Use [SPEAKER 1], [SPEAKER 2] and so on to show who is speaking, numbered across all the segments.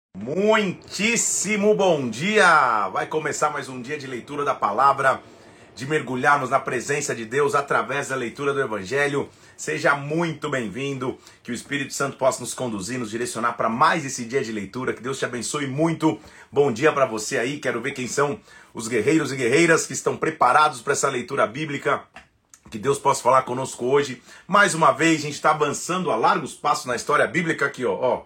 [SPEAKER 1] Muitíssimo bom dia! Vai começar mais um dia de leitura da palavra, de mergulharmos na presença de Deus através da leitura do Evangelho. Seja muito bem-vindo, que o Espírito Santo possa nos conduzir, nos direcionar para mais esse dia de leitura, que Deus te abençoe muito. Bom dia para você aí, quero ver quem são os guerreiros e guerreiras que estão preparados para essa leitura bíblica. Que Deus possa falar conosco hoje. Mais uma vez, a gente está avançando a largos passos na história bíblica aqui, ó.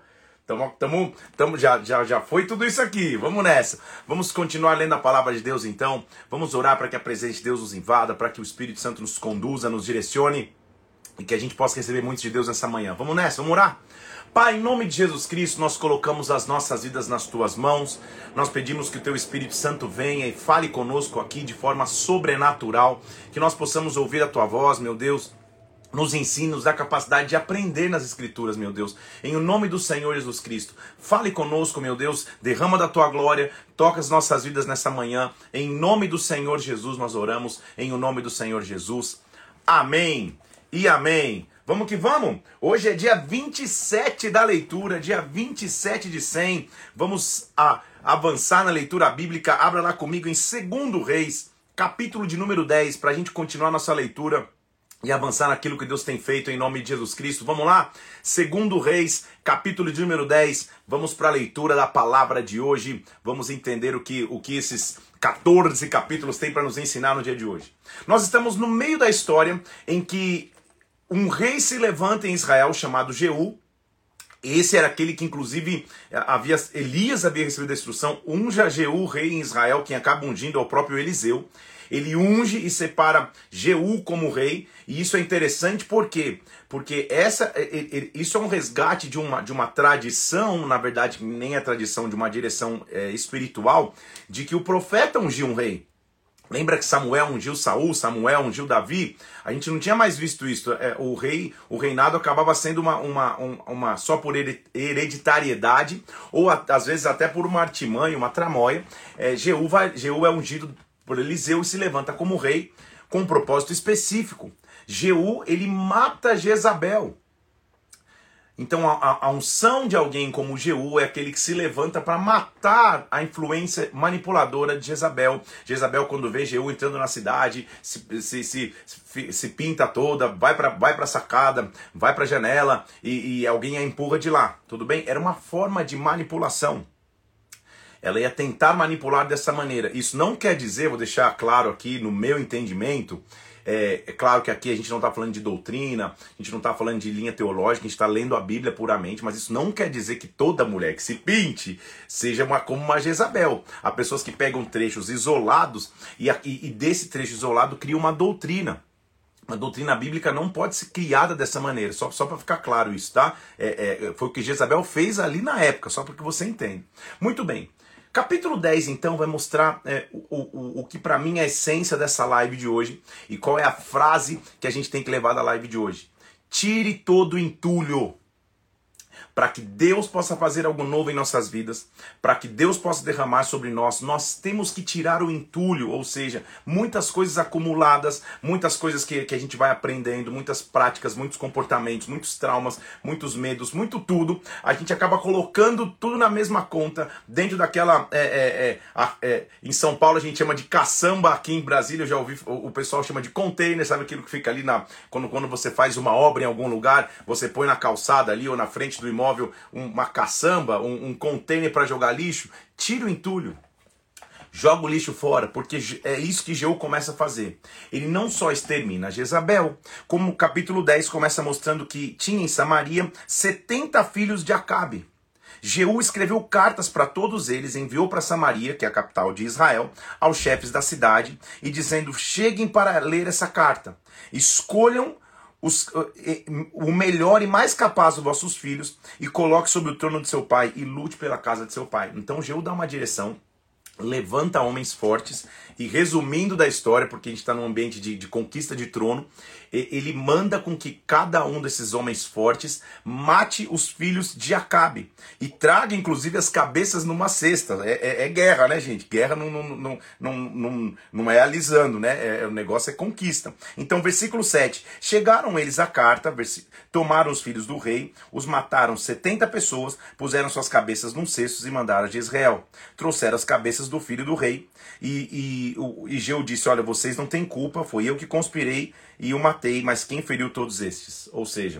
[SPEAKER 1] Já foi tudo isso aqui, vamos nessa. Vamos continuar lendo a palavra de Deus então. Vamos orar para que a presença de Deus nos invada, para que o Espírito Santo nos conduza, nos direcione e que a gente possa receber muito de Deus nessa manhã. Vamos nessa, vamos orar? Pai, em nome de Jesus Cristo, nós colocamos as nossas vidas nas Tuas mãos. Nós pedimos que o Teu Espírito Santo venha e fale conosco aqui de forma sobrenatural, que nós possamos ouvir a Tua voz, meu Deus. Nos ensina, nos dá a capacidade de aprender nas Escrituras, meu Deus. Em o nome do Senhor Jesus Cristo. Fale conosco, meu Deus. Derrama da Tua glória. Toca as nossas vidas nessa manhã. Em nome do Senhor Jesus nós oramos. Em o nome do Senhor Jesus. Amém e amém. Vamos que vamos. Hoje é dia 27 da leitura. Dia 27 de 100. Vamos avançar na leitura bíblica. Abra lá comigo em 2 Reis, capítulo de número 10. Para a gente continuar nossa leitura e avançar naquilo que Deus tem feito em nome de Jesus Cristo. Vamos lá? 2 Reis, capítulo de número 10. Vamos para a leitura da palavra de hoje. Vamos entender o que esses 14 capítulos têm para nos ensinar no dia de hoje. Nós estamos no meio da história em que um rei se levanta em Israel chamado Jeú. Esse era aquele que inclusive Elias havia recebido a instrução: unja Jeú, rei em Israel, quem acaba ungindo é o próprio Eliseu. Ele unge e separa Jeú como rei, e isso é interessante por quê? Porque isso é um resgate de uma tradição, na verdade nem é tradição, de uma direção espiritual, de que o profeta ungiu um rei. Lembra que Samuel ungiu Saul, Samuel ungiu Davi? A gente não tinha mais visto isso. O reinado acabava sendo uma só por hereditariedade, ou às vezes até por uma artimanha, uma tramóia. Jeú é ungido por Eliseu e se levanta como rei com um propósito específico. Jeú, ele mata Jezabel. Então a unção de alguém como Jeú é aquele que se levanta para matar a influência manipuladora de Jezabel. Jezabel, quando vê Jeú entrando na cidade, se pinta toda, vai para a sacada, vai para a janela e alguém a empurra de lá. Tudo bem? Era uma forma de manipulação. Ela ia tentar manipular dessa maneira. Isso não quer dizer, vou deixar claro aqui no meu entendimento, é claro que aqui a gente não está falando de doutrina, a gente não está falando de linha teológica, a gente está lendo a Bíblia puramente, mas isso não quer dizer que toda mulher que se pinte seja como uma Jezabel. Há pessoas que pegam trechos isolados e desse trecho isolado cria uma doutrina. A doutrina bíblica não pode ser criada dessa maneira, só para ficar claro isso, tá? Foi o que Jezabel fez ali na época, só para que você entenda. Muito bem. Capítulo 10, então, vai mostrar o que para mim é a essência dessa live de hoje e qual é a frase que a gente tem que levar da live de hoje. Tire todo o entulho, para que Deus possa fazer algo novo em nossas vidas, para que Deus possa derramar sobre nós. Nós temos que tirar o entulho, ou seja, muitas coisas acumuladas, muitas coisas que a gente vai aprendendo, muitas práticas, muitos comportamentos, muitos traumas, muitos medos, muito tudo. A gente acaba colocando tudo na mesma conta, dentro daquela... em São Paulo a gente chama de caçamba, aqui em Brasília eu já ouvi, o pessoal chama de container, sabe aquilo que fica ali quando você faz uma obra em algum lugar, você põe na calçada ali ou na frente do imóvel uma caçamba, um container para jogar lixo. Tira o entulho, joga o lixo fora, porque é isso que Jeú começa a fazer. Ele não só extermina Jezabel, como o capítulo 10 começa mostrando que tinha em Samaria 70 filhos de Acabe. Jeú escreveu cartas para todos eles, enviou para Samaria, que é a capital de Israel, aos chefes da cidade, e dizendo: cheguem para ler essa carta, escolham o melhor e mais capaz dos vossos filhos e coloque sobre o trono de seu pai e lute pela casa de seu pai. Então Jeú dá uma direção levanta homens fortes e, resumindo da história, porque a gente está num ambiente de conquista de trono, ele manda com que cada um desses homens fortes mate os filhos de Acabe e traga inclusive as cabeças numa cesta. É guerra, né, gente? Guerra não é alisando, né? O negócio é conquista. Então, versículo 7. Chegaram eles à carta, tomaram os filhos do rei, os mataram 70 pessoas, puseram suas cabeças num cestos e mandaram de Israel. Trouxeram as cabeças do filho do rei e Jeú disse: olha, vocês não têm culpa, foi eu que conspirei e o matei, mas quem feriu todos estes? Ou seja,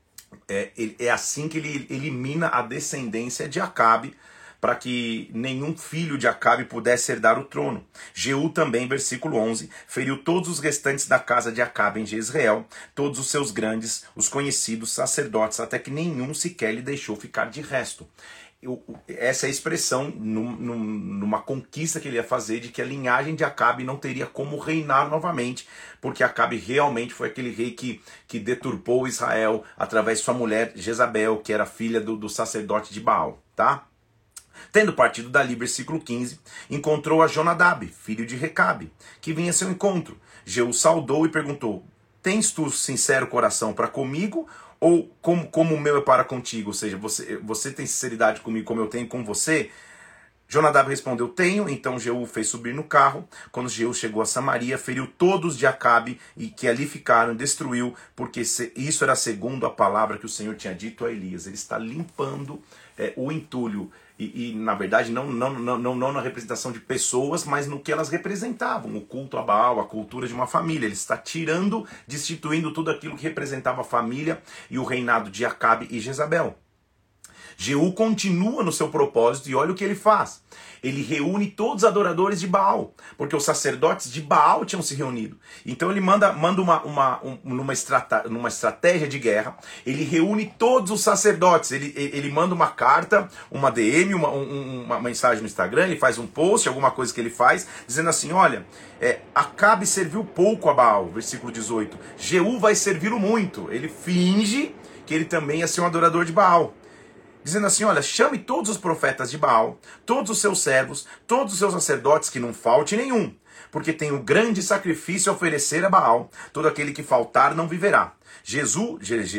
[SPEAKER 1] é assim que ele elimina a descendência de Acabe, para que nenhum filho de Acabe pudesse herdar o trono. Jeú também, versículo 11, feriu todos os restantes da casa de Acabe em Jezreel, todos os seus grandes, os conhecidos sacerdotes, até que nenhum sequer lhe deixou ficar de resto. Essa é a expressão numa conquista que ele ia fazer, de que a linhagem de Acabe não teria como reinar novamente, porque Acabe realmente foi aquele rei que deturpou Israel através de sua mulher Jezabel, que era filha do sacerdote de Baal, tá? Tendo partido dali, versículo 15, encontrou a Jonadab, filho de Recabe, que vinha a seu encontro. Jeú saudou e perguntou: tens tu sincero coração para comigo, ou como o meu é para contigo? Ou seja, você tem sinceridade comigo como eu tenho com você? Jonadab respondeu: tenho. Então Jeú fez subir no carro. Quando Jeú chegou a Samaria, feriu todos de Acabe e que ali ficaram, destruiu, porque isso era segundo a palavra que o Senhor tinha dito a Elias. Ele está limpando o entulho. E na verdade, não na representação de pessoas, mas no que elas representavam, o culto a Baal, a cultura de uma família. Ele está tirando, destituindo tudo aquilo que representava a família e o reinado de Acabe e Jezabel. Jeú continua no seu propósito e olha o que ele faz. Ele reúne todos os adoradores de Baal, porque os sacerdotes de Baal tinham se reunido. Então ele manda numa estratégia de guerra, ele reúne todos os sacerdotes, ele manda uma carta, uma DM, uma mensagem no Instagram, ele faz um post, alguma coisa que ele faz, dizendo assim: olha, Acabe serviu pouco a Baal, versículo 18, Jeú vai servi-lo muito. Ele finge que ele também ia ser um adorador de Baal, dizendo assim: olha, chame todos os profetas de Baal, todos os seus servos, todos os seus sacerdotes, que não falte nenhum, porque tem um grande sacrifício a oferecer a Baal, todo aquele que faltar não viverá. Jeú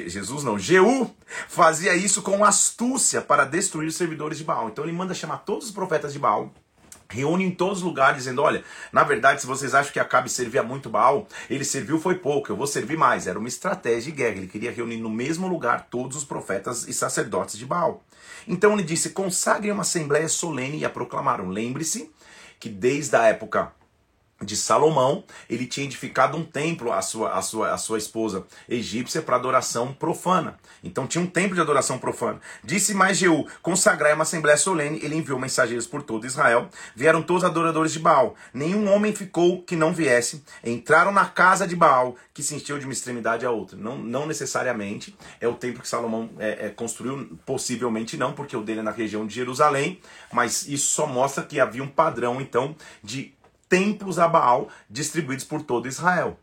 [SPEAKER 1] fazia isso com astúcia para destruir os servidores de Baal. Então ele manda chamar todos os profetas de Baal, reúne em todos os lugares, dizendo: olha, na verdade, se vocês acham que Acabe servia muito Baal, ele serviu foi pouco, eu vou servir mais. Era uma estratégia de guerra, ele queria reunir no mesmo lugar todos os profetas e sacerdotes de Baal. Então ele disse: consagrem uma assembleia solene, e a proclamaram. Lembre-se que desde a época de Salomão, ele tinha edificado um templo à sua esposa egípcia para adoração profana. Então tinha um templo de adoração profana. Disse mais Jeú: consagrai uma assembleia solene. Ele enviou mensageiros por todo Israel. Vieram todos os adoradores de Baal. Nenhum homem ficou que não viesse. Entraram na casa de Baal, que se encheu de uma extremidade a outra. Não necessariamente é o templo que Salomão construiu, possivelmente não, porque o dele é na região de Jerusalém, mas isso só mostra que havia um padrão, então, de templos a Baal distribuídos por todo Israel.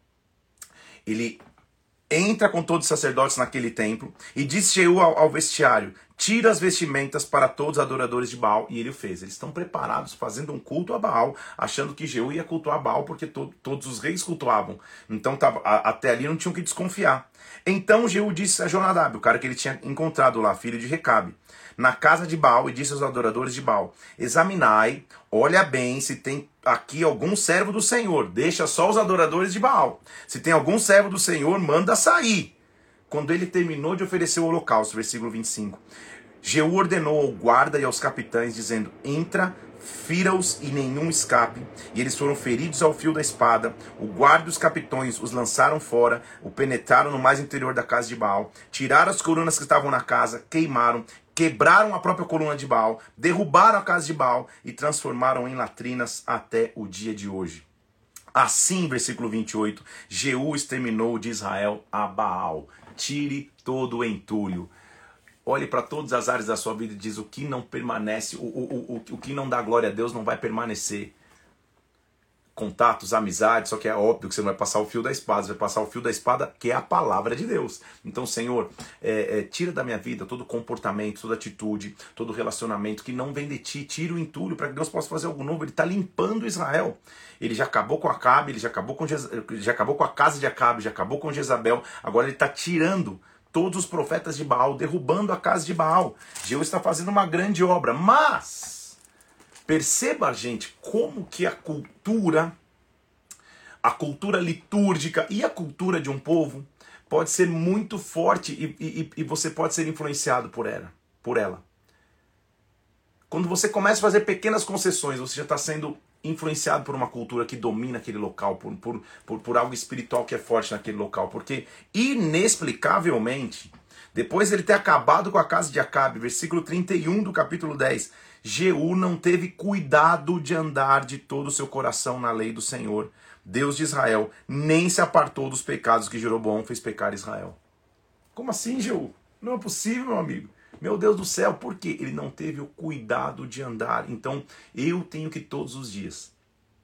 [SPEAKER 1] Ele entra com todos os sacerdotes naquele templo e disse Jeú ao vestiário: tira as vestimentas para todos os adoradores de Baal. E ele o fez. Eles estão preparados, fazendo um culto a Baal, achando que Jeú ia cultuar Baal, porque todos os reis cultuavam. Então até ali não tinham que desconfiar. Então Jeú disse a Jonadab, o cara que ele tinha encontrado lá, filho de Recabe, na casa de Baal, e disse aos adoradores de Baal: examinai, olha bem se tem aqui algum servo do Senhor. Deixa só os adoradores de Baal. Se tem algum servo do Senhor, manda sair. Quando ele terminou de oferecer o holocausto, versículo 25, Jeú ordenou ao guarda e aos capitães, dizendo: entra, fira-os e nenhum escape. E eles foram feridos ao fio da espada. O guarda e os capitães os lançaram fora, o penetraram no mais interior da casa de Baal, tiraram as colunas que estavam na casa, queimaram, quebraram a própria coluna de Baal, derrubaram a casa de Baal e transformaram em latrinas até o dia de hoje. Assim, versículo 28, Jeú exterminou de Israel a Baal. Tire todo o entulho. Olhe para todas as áreas da sua vida e diz: o que não permanece, o que não dá glória a Deus não vai permanecer. contatos, amizades, só que é óbvio que você não vai passar o fio da espada, você vai passar o fio da espada, que é a palavra de Deus. Então, Senhor, tira da minha vida todo comportamento, toda atitude, todo relacionamento que não vem de ti, tira o entulho para que Deus possa fazer algo novo. Ele está limpando Israel. Ele já acabou com Acabe, ele já acabou com a casa de Acabe, já acabou com Jezabel, agora ele está tirando todos os profetas de Baal, derrubando a casa de Baal. Jeú está fazendo uma grande obra, mas perceba, gente, como que a cultura litúrgica e a cultura de um povo pode ser muito forte e você pode ser influenciado por ela. Quando você começa a fazer pequenas concessões, você já está sendo influenciado por uma cultura que domina aquele local, por algo espiritual que é forte naquele local. Porque, inexplicavelmente, depois de ele ter acabado com a casa de Acabe, versículo 31 do capítulo 10, Jeú não teve cuidado de andar de todo o seu coração na lei do Senhor, Deus de Israel, nem se apartou dos pecados que Jeroboão fez pecar Israel. Como assim, Jeú? Não é possível, meu amigo. Meu Deus do céu, por quê? Ele não teve o cuidado de andar. Então, eu tenho que todos os dias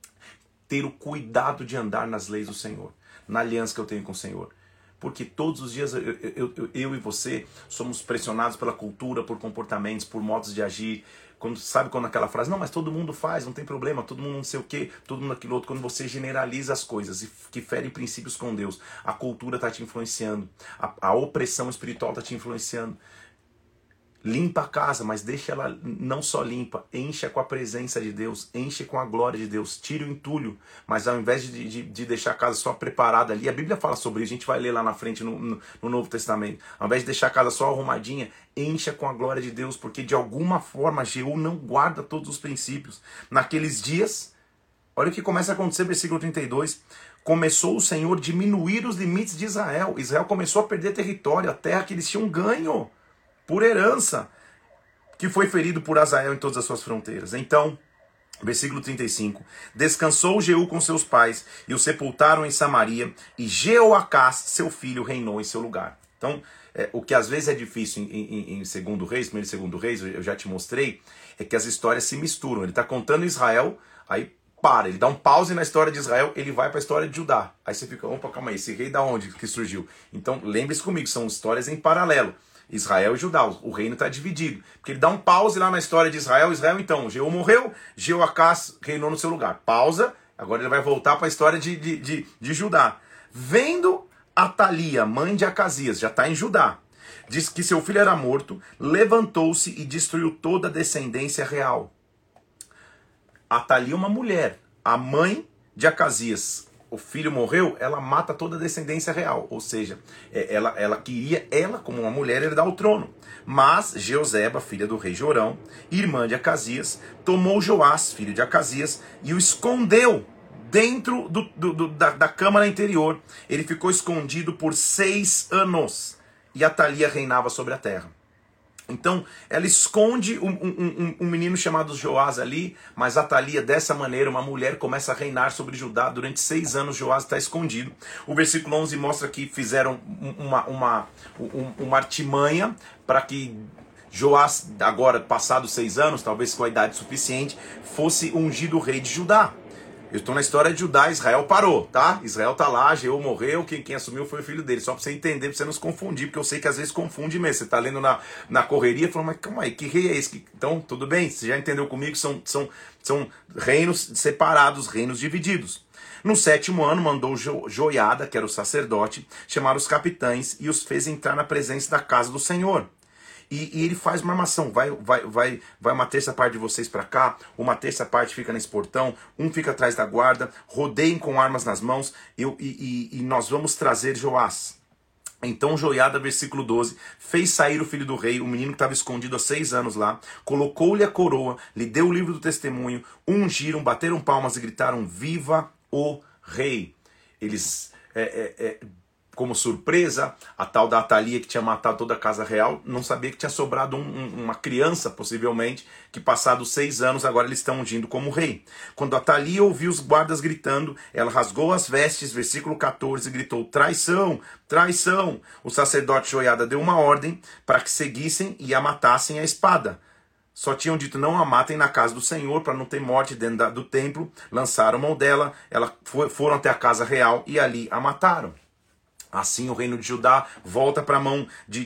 [SPEAKER 1] ter o cuidado de andar nas leis do Senhor, na aliança que eu tenho com o Senhor. Porque todos os dias eu e você somos pressionados pela cultura, por comportamentos, por modos de agir. Sabe quando aquela frase, não, mas todo mundo faz, não tem problema, todo mundo não sei o quê, todo mundo aquilo outro. Quando você generaliza as coisas e que fere princípios com Deus, a cultura está te influenciando, a opressão espiritual está te influenciando. Limpa a casa, mas deixa ela não só limpa, encha com a presença de Deus, enche com a glória de Deus, tira o entulho, mas ao invés de deixar a casa só preparada ali, a Bíblia fala sobre isso, a gente vai ler lá na frente no Novo Testamento, ao invés de deixar a casa só arrumadinha, encha com a glória de Deus, porque de alguma forma Jeú não guarda todos os princípios. Naqueles dias, olha o que começa a acontecer, versículo 32, começou o Senhor a diminuir os limites de Israel, Israel começou a perder território, a terra que eles tinham ganho por herança, que foi ferido por Azael em todas as suas fronteiras. Então, versículo 35, descansou Jeú com seus pais, e o sepultaram em Samaria, e Jeoacás, seu filho, reinou em seu lugar. Então, o que às vezes é difícil em Segundo Reis, primeiro e Segundo Reis, eu já te mostrei, é que as histórias se misturam. Ele está contando Israel, aí ele dá um pause na história de Israel, ele vai para a história de Judá. Aí você fica, opa, calma aí, esse rei da onde que surgiu? Então, lembre-se comigo, são histórias em paralelo. Israel e Judá, o reino está dividido. Porque ele dá um pause lá na história de Israel. Israel, então, Jeú morreu, Jeoacás reinou no seu lugar. Pausa, agora ele vai voltar para a história de Judá. Vendo Atalia, mãe de Acasias, já está em Judá, diz que seu filho era morto, levantou-se e destruiu toda a descendência real. Atalia é uma mulher, a mãe de Acasias. O filho morreu, ela mata toda a descendência real. Ou seja, ela queria, como uma mulher, herdar o trono. Mas Jeoseba, filha do rei Jorão, irmã de Acasias, tomou Joás, filho de Acasias, e o escondeu dentro da câmara interior. Ele ficou escondido por 6 anos. E Atalia reinava sobre a terra. Então, ela esconde um menino chamado Joás ali, mas Atalia, dessa maneira, uma mulher começa a reinar sobre Judá. Durante 6 anos, Joás está escondido. O versículo 11 mostra que fizeram uma artimanha para que Joás, agora passados 6 anos, talvez com a idade suficiente, fosse ungido rei de Judá. Eu estou na história de Judá, Israel parou, tá? Israel tá lá, Jeú morreu, quem assumiu foi o filho dele. Só para você entender, para você não se confundir, porque eu sei que às vezes confunde mesmo. Você tá lendo na correria e falando, mas calma aí, que rei é esse? Então, tudo bem, você já entendeu comigo, são reinos separados, reinos divididos. No 7º ano, mandou Joiada, que era o sacerdote, chamar os capitães e os fez entrar na presença da casa do Senhor. E ele faz uma armação, vai uma terça parte de vocês para cá, uma terça parte fica nesse portão, um fica atrás da guarda, rodeiem com armas nas mãos, e nós vamos trazer Joás. Então Joiada, versículo 12, fez sair o filho do rei, o menino que estava escondido há 6 anos lá, colocou-lhe a coroa, lhe deu o livro do testemunho, ungiram, bateram palmas e gritaram, viva o rei. Eles... como surpresa, a tal da Atalia que tinha matado toda a casa real, não sabia que tinha sobrado uma criança, possivelmente, que passados 6 anos, agora eles estão ungindo como rei. Quando Atalia ouviu os guardas gritando, ela rasgou as vestes, versículo 14, e gritou, traição, traição. O sacerdote Joiada deu uma ordem para que seguissem e a matassem à espada. só tinham dito, não a matem na casa do Senhor, para não ter morte dentro do templo. Lançaram mão dela, foram até a casa real e ali a mataram. Assim o reino de Judá volta para a mão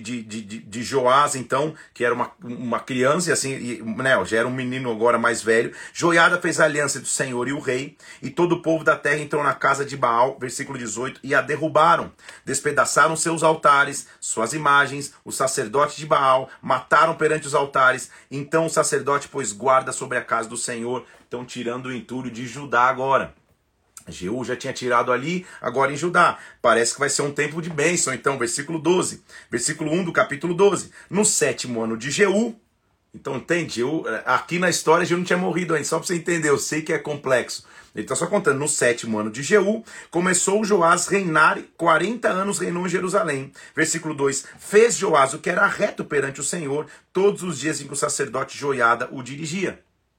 [SPEAKER 1] de Joás, então, que era uma criança, e assim, né, já era um menino agora mais velho. Joiada fez a aliança do Senhor e o rei, e todo o povo da terra entrou na casa de Baal, versículo 18, e a derrubaram. Despedaçaram seus altares, suas imagens, os sacerdotes de Baal, mataram perante os altares. Então o sacerdote pôs guarda sobre a casa do Senhor. Estão tirando o entulho de Judá agora. Jeú já tinha tirado ali, agora em Judá. Parece que vai ser um tempo de bênção. Então, versículo 12. Versículo 1 do capítulo 12. No 7º ano de Jeú. Então, entende? Aqui na história, Jeú não tinha morrido ainda. Só para você entender, eu sei que é complexo. Ele está só contando. No 7º ano de Jeú, começou Joás reinar, 40 anos reinou em Jerusalém. Versículo 2. Fez Joás o que era reto perante o Senhor, todos os dias em que o sacerdote Joiada o dirigia.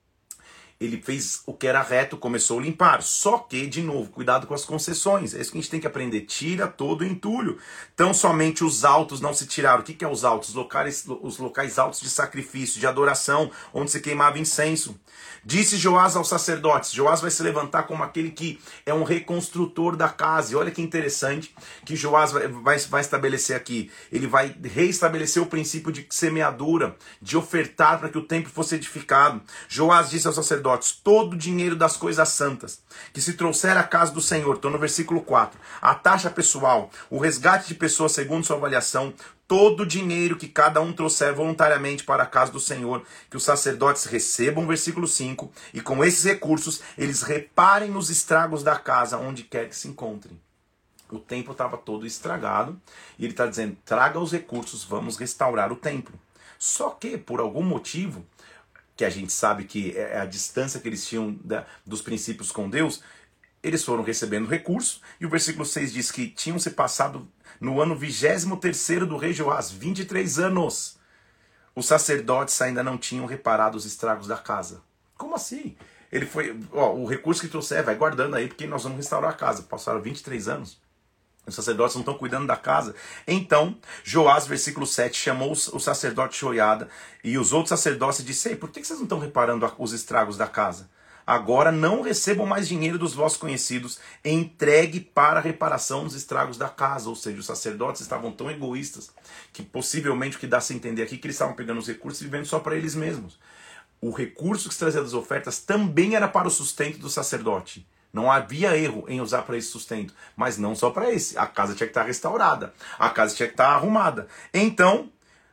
[SPEAKER 1] Ele fez o que era reto, começou a limpar. Só que, de novo, cuidado com as concessões. É isso que a gente tem que aprender. Tira todo o entulho. Então, somente os altos não se tiraram. O que é os altos? Os locais altos de sacrifício, de adoração, onde se queimava incenso. Disse Joás aos sacerdotes. Joás vai se levantar como aquele que é um reconstrutor da casa. E olha que interessante que Joás vai estabelecer aqui. Ele vai reestabelecer o princípio de semeadura, de ofertar para que o templo fosse edificado. Joás disse aos sacerdotes, todo o dinheiro das coisas santas que se trouxer à casa do Senhor, estou no versículo 4, a taxa pessoal, o resgate de pessoas segundo sua avaliação, todo o dinheiro que cada um trouxer voluntariamente para a casa do Senhor, que os sacerdotes recebam, versículo 5, e com esses recursos eles reparem nos estragos da casa, onde quer que se encontrem. O templo estava todo estragado, e ele está dizendo, traga os recursos, vamos restaurar o templo. Só que, por algum motivo, que a gente sabe que é a distância que eles tinham dos princípios com Deus, eles foram recebendo recursos, e o versículo 6 diz que tinham se passado no ano 23º do rei Joás, 23 anos. Os sacerdotes ainda não tinham reparado os estragos da casa. Como assim? Ele foi, o recurso que trouxer, vai guardando aí, porque nós vamos restaurar a casa. Passaram 23 anos. Os sacerdotes não estão cuidando da casa. Então, Joás, versículo 7, chamou o sacerdote Joiada e os outros sacerdotes e disse, por que vocês não estão reparando os estragos da casa? Agora não recebam mais dinheiro dos vossos conhecidos, entregue para a reparação dos estragos da casa. Ou seja, os sacerdotes estavam tão egoístas que possivelmente o que dá-se a entender aqui é que eles estavam pegando os recursos e vivendo só para eles mesmos. O recurso que se trazia das ofertas também era para o sustento do sacerdote. Não havia erro em usar para esse sustento, mas não só para esse. A casa tinha que estar restaurada, a casa tinha que estar arrumada. Então,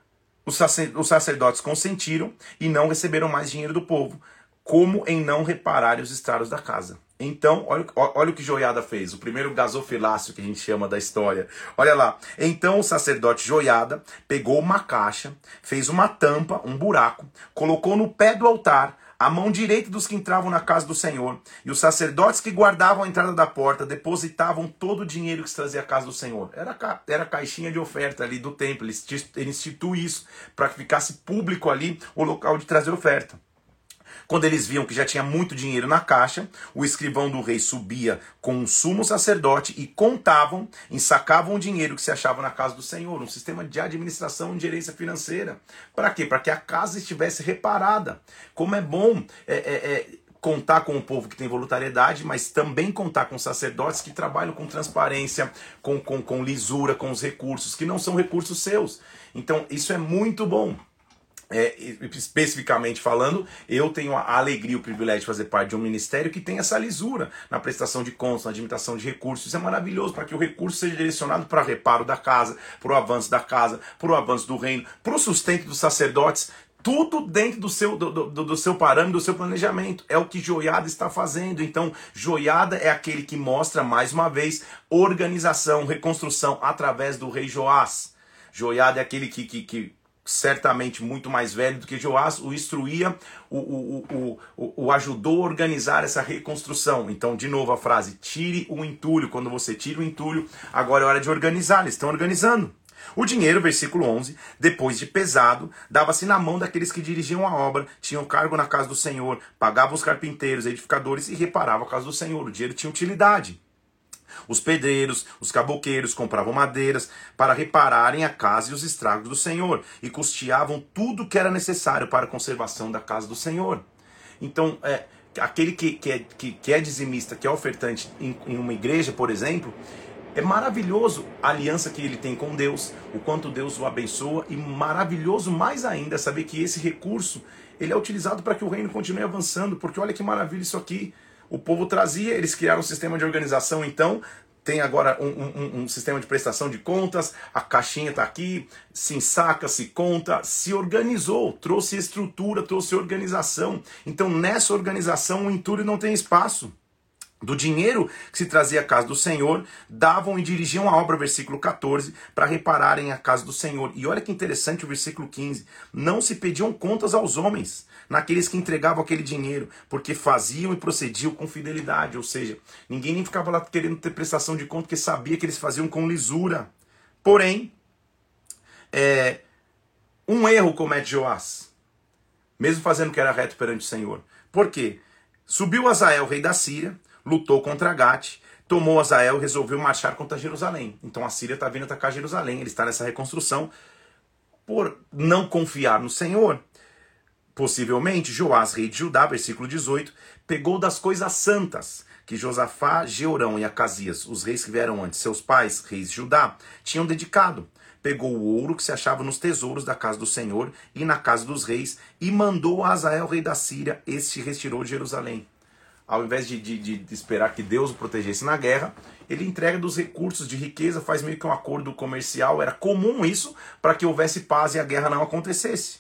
[SPEAKER 1] os sacerdotes consentiram e não receberam mais dinheiro do povo, como em não repararem os estragos da casa. Então, olha o que Joiada fez, o primeiro gasofilácio que a gente chama da história. Olha lá. Então o sacerdote Joiada pegou uma caixa, fez uma tampa, um buraco, colocou no pé do altar, a mão direita dos que entravam na casa do Senhor, e os sacerdotes que guardavam a entrada da porta depositavam todo o dinheiro que se trazia à casa do Senhor. Era a caixinha de oferta ali do templo, ele institui isso para que ficasse público ali o local de trazer oferta. Quando eles viam que já tinha muito dinheiro na caixa, o escrivão do rei subia com o sumo sacerdote e contavam, ensacavam o dinheiro que se achava na casa do Senhor, um sistema de administração de gerência financeira. Para quê? Para que a casa estivesse reparada. Como é bom contar com o povo que tem voluntariedade, mas também contar com sacerdotes que trabalham com transparência, com lisura, com os recursos, que não são recursos seus. Então, isso é muito bom. Especificamente falando, eu tenho a alegria e o privilégio de fazer parte de um ministério que tem essa lisura na prestação de contas, na administração de recursos. Isso é maravilhoso, para que o recurso seja direcionado para o reparo da casa, para o avanço da casa, para o avanço do reino, para o sustento dos sacerdotes, tudo dentro do seu parâmetro, do seu planejamento. É o que Joiada está fazendo. Então, Joiada é aquele que mostra, mais uma vez, organização, reconstrução através do rei Joás. Joiada é aquele que certamente muito mais velho do que Joás, o instruía, o ajudou a organizar essa reconstrução. Então, de novo a frase, tire o entulho. Quando você tira o entulho, agora é hora de organizar. Eles estão organizando. O dinheiro, versículo 11, depois de pesado, dava-se na mão daqueles que dirigiam a obra, tinham cargo na casa do Senhor, pagavam os carpinteiros, edificadores e reparavam a casa do Senhor. O dinheiro tinha utilidade. Os pedreiros, os caboqueiros compravam madeiras para repararem a casa e os estragos do Senhor, e custeavam tudo que era necessário para a conservação da casa do Senhor. Então, aquele que é dizimista, que é ofertante em uma igreja, por exemplo, é maravilhoso a aliança que ele tem com Deus, o quanto Deus o abençoa, e maravilhoso mais ainda saber que esse recurso ele é utilizado para que o reino continue avançando, porque olha que maravilha isso aqui. O povo trazia, eles criaram um sistema de organização, então tem agora um sistema de prestação de contas, a caixinha está aqui, se ensaca, se conta, se organizou, trouxe estrutura, trouxe organização. Então nessa organização o entulho não tem espaço. Do dinheiro que se trazia à casa do Senhor, davam e dirigiam a obra, versículo 14, para repararem a casa do Senhor. E olha que interessante o versículo 15. Não se pediam contas aos homens, naqueles que entregavam aquele dinheiro, porque faziam e procediam com fidelidade. Ou seja, ninguém nem ficava lá querendo ter prestação de conta, porque sabia que eles faziam com lisura. Porém, um erro comete Joás, mesmo fazendo o que era reto perante o Senhor. Por quê? Subiu Azael, rei da Síria, lutou contra Gate, tomou Azael e resolveu marchar contra Jerusalém. Então a Síria está vindo atacar Jerusalém, ele está nessa reconstrução por não confiar no Senhor. Possivelmente, Joás, rei de Judá, versículo 18, pegou das coisas santas que Josafá, Jeorão e Acasias, os reis que vieram antes, seus pais, reis de Judá, tinham dedicado. Pegou o ouro que se achava nos tesouros da casa do Senhor e na casa dos reis e mandou a Azael, rei da Síria, este retirou de Jerusalém. Ao invés de esperar que Deus o protegesse na guerra, ele entrega dos recursos de riqueza, faz meio que um acordo comercial. Era comum isso para que houvesse paz e a guerra não acontecesse.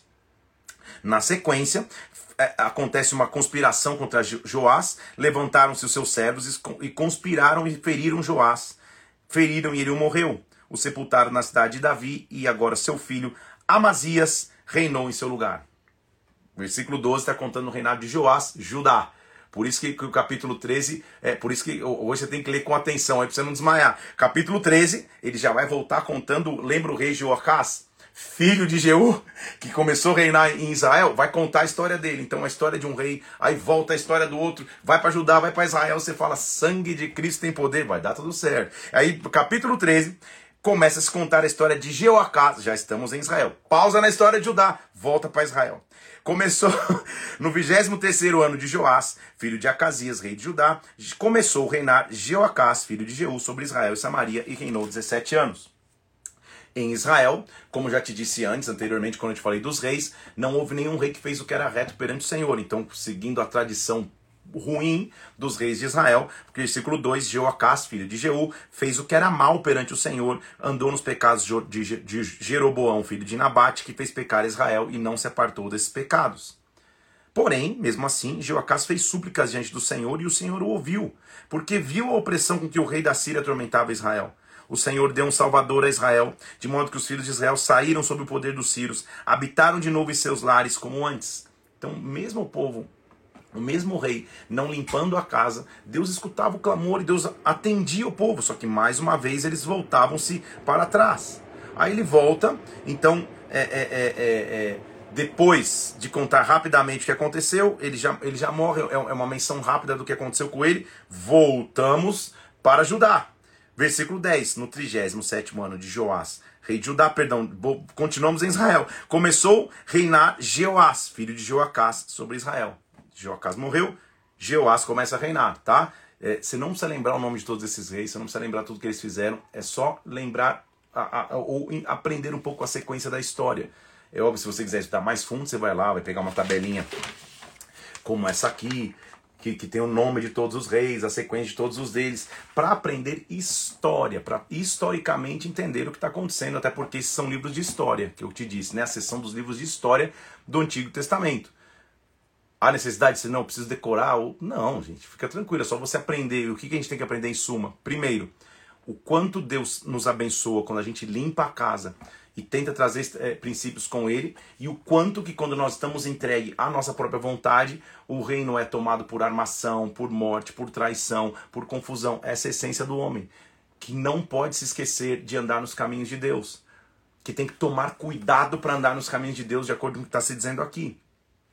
[SPEAKER 1] Na sequência, acontece uma conspiração contra Joás, levantaram-se os seus servos e conspiraram e feriram Joás. Feriram e ele morreu. O sepultaram na cidade de Davi e agora seu filho Amazias reinou em seu lugar. Versículo 12 está contando o reinado de Joás, Judá. Por isso que o capítulo 13, por isso que hoje você tem que ler com atenção, aí para você não desmaiar. Capítulo 13, ele já vai voltar contando, lembra o rei Jeoacás, filho de Jeú, que começou a reinar em Israel, vai contar a história dele. Então a história de um rei, aí volta a história do outro, vai para Judá, vai para Israel, você fala, sangue de Cristo tem poder, vai dar tudo certo. Aí capítulo 13, começa a se contar a história de Jeoacás, já estamos em Israel. Pausa na história de Judá, volta para Israel. Começou no 23º ano de Joás, filho de Acasias, rei de Judá, começou a reinar Jeoacás, filho de Jeú, sobre Israel e Samaria, e reinou 17 anos. Em Israel, como já te disse anteriormente, quando eu te falei dos reis, não houve nenhum rei que fez o que era reto perante o Senhor. Então, seguindo a tradição ruim dos reis de Israel, porque versículo 2, Jeoacás, filho de Jeú, fez o que era mal perante o Senhor, andou nos pecados de Jeroboão, filho de Nabate, que fez pecar Israel e não se apartou desses pecados. Porém, mesmo assim, Jeoacás fez súplicas diante do Senhor e o Senhor o ouviu, porque viu a opressão com que o rei da Síria atormentava Israel. O Senhor deu um salvador a Israel, de modo que os filhos de Israel saíram sob o poder dos sírios, habitaram de novo em seus lares como antes. Então, mesmo o povo, o mesmo rei, não limpando a casa, Deus escutava o clamor e Deus atendia o povo, só que mais uma vez eles voltavam-se para trás. Aí ele volta, então, depois de contar rapidamente o que aconteceu, ele já morre, é uma menção rápida do que aconteceu com ele, voltamos para Judá. Versículo 10, no 37º ano de Joás, rei de Judá, continuamos em Israel. Começou a reinar Jeoás, filho de Jeoacás, sobre Israel. Jeoacás morreu, Jeoás começa a reinar, tá? Você não precisa lembrar o nome de todos esses reis, você não precisa lembrar tudo que eles fizeram, é só lembrar ou aprender um pouco a sequência da história. É óbvio, se você quiser estudar mais fundo, você vai lá, vai pegar uma tabelinha como essa aqui, que tem o nome de todos os reis, a sequência de todos os deles, para aprender história, para historicamente entender o que está acontecendo, até porque esses são livros de história, que eu te disse, né? A seção dos livros de história do Antigo Testamento. Há necessidade de você não precisa decorar? Não, gente, fica tranquilo, é só você aprender. O que a gente tem que aprender em suma? Primeiro, o quanto Deus nos abençoa quando a gente limpa a casa e tenta trazer princípios com ele, e o quanto que quando nós estamos entregue à nossa própria vontade, o reino é tomado por armação, por morte, por traição, por confusão. Essa é a essência do homem, que não pode se esquecer de andar nos caminhos de Deus, que tem que tomar cuidado para andar nos caminhos de Deus, de acordo com o que está se dizendo aqui.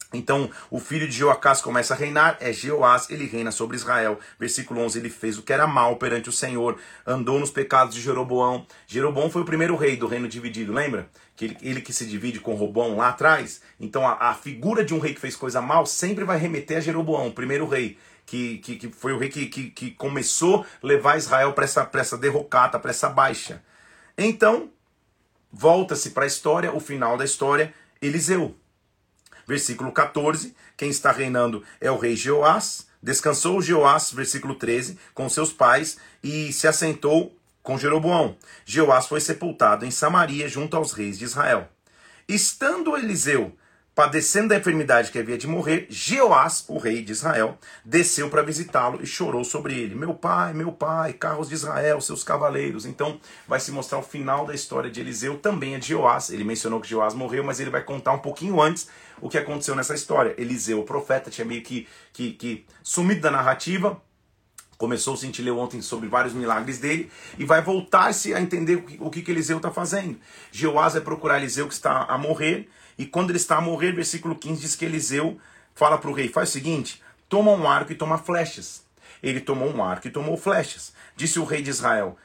[SPEAKER 1] Então, o filho de Joacás começa a reinar, é Jeoás, ele reina sobre Israel. Versículo 11, ele fez o que era mal perante o Senhor, andou nos pecados de Jeroboão. Jeroboão foi o primeiro rei do reino dividido, lembra? Que ele que se divide com Roboão lá atrás. Então, a figura de um rei que fez coisa mal sempre vai remeter a Jeroboão, o primeiro rei. Que foi o rei que começou a levar Israel para essa derrocata, para essa baixa. Então, volta-se para a história, o final da história, Eliseu. Versículo 14, quem está reinando é o rei Jeoás. Descansou Jeoás, versículo 13, com seus pais e se assentou com Jeroboão. Jeoás foi sepultado em Samaria junto aos reis de Israel. Estando Eliseu padecendo da enfermidade que havia de morrer, Jeoás, o rei de Israel, desceu para visitá-lo e chorou sobre ele. Meu pai, carros de Israel, seus cavaleiros. Então vai se mostrar o final da história de Eliseu, também é de Jeoás. Ele mencionou que Jeoás morreu, mas ele vai contar um pouquinho antes o que aconteceu nessa história. Eliseu, o profeta, tinha meio que sumido da narrativa. Começou, a gente leu ontem sobre vários milagres dele, e vai voltar-se a entender o que Eliseu está fazendo. Jeoás vai procurar Eliseu que está a morrer, e quando ele está a morrer, versículo 15 diz que Eliseu fala para o rei, faz o seguinte, toma um arco e toma flechas. Ele tomou um arco e tomou flechas. Disse ao rei de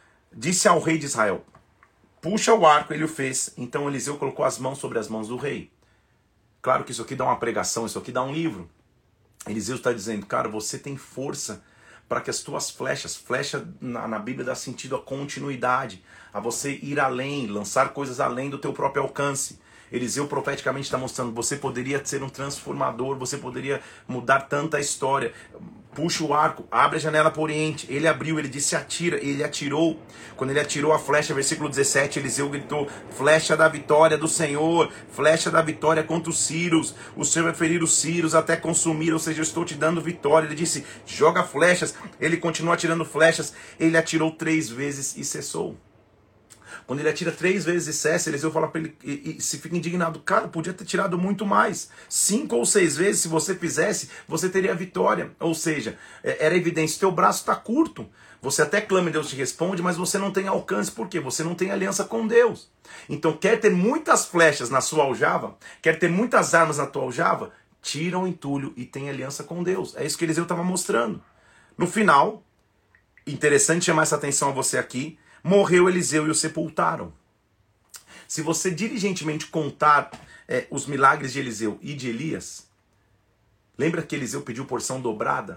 [SPEAKER 1] Israel, puxa o arco, ele o fez. Então Eliseu colocou as mãos sobre as mãos do rei. Claro que isso aqui dá uma pregação, isso aqui dá um livro. Eliseu está dizendo, cara, você tem força para que as tuas flechas, flecha na Bíblia dá sentido a continuidade, a você ir além, lançar coisas além do teu próprio alcance. Eliseu profeticamente está mostrando que você poderia ser um transformador, você poderia mudar tanta história. Puxa o arco, abre a janela para o oriente. Ele abriu, ele disse atira, ele atirou. Quando ele atirou a flecha, versículo 17, Eliseu gritou, flecha da vitória do Senhor, flecha da vitória contra os sírios. O Senhor vai ferir os sírios até consumir, ou seja, eu estou te dando vitória. Ele disse, joga flechas. Ele continuou atirando flechas. Ele atirou 3 vezes e cessou. Quando ele atira 3 vezes e cessa, Eliseu fala para ele e se fica indignado. Cara, podia ter tirado muito mais. 5 ou 6 vezes, se você fizesse, você teria vitória. Ou seja, era evidente, teu braço está curto. Você até clama e Deus te responde, mas você não tem alcance. Por quê? Você não tem aliança com Deus. Então, quer ter muitas flechas na sua aljava? Quer ter muitas armas na tua aljava? Tira o entulho e tem aliança com Deus. É isso que Eliseu estava mostrando. No final, interessante chamar essa atenção a você aqui, morreu Eliseu e o sepultaram. Se você diligentemente contar os milagres de Eliseu e de Elias, lembra que Eliseu pediu porção dobrada?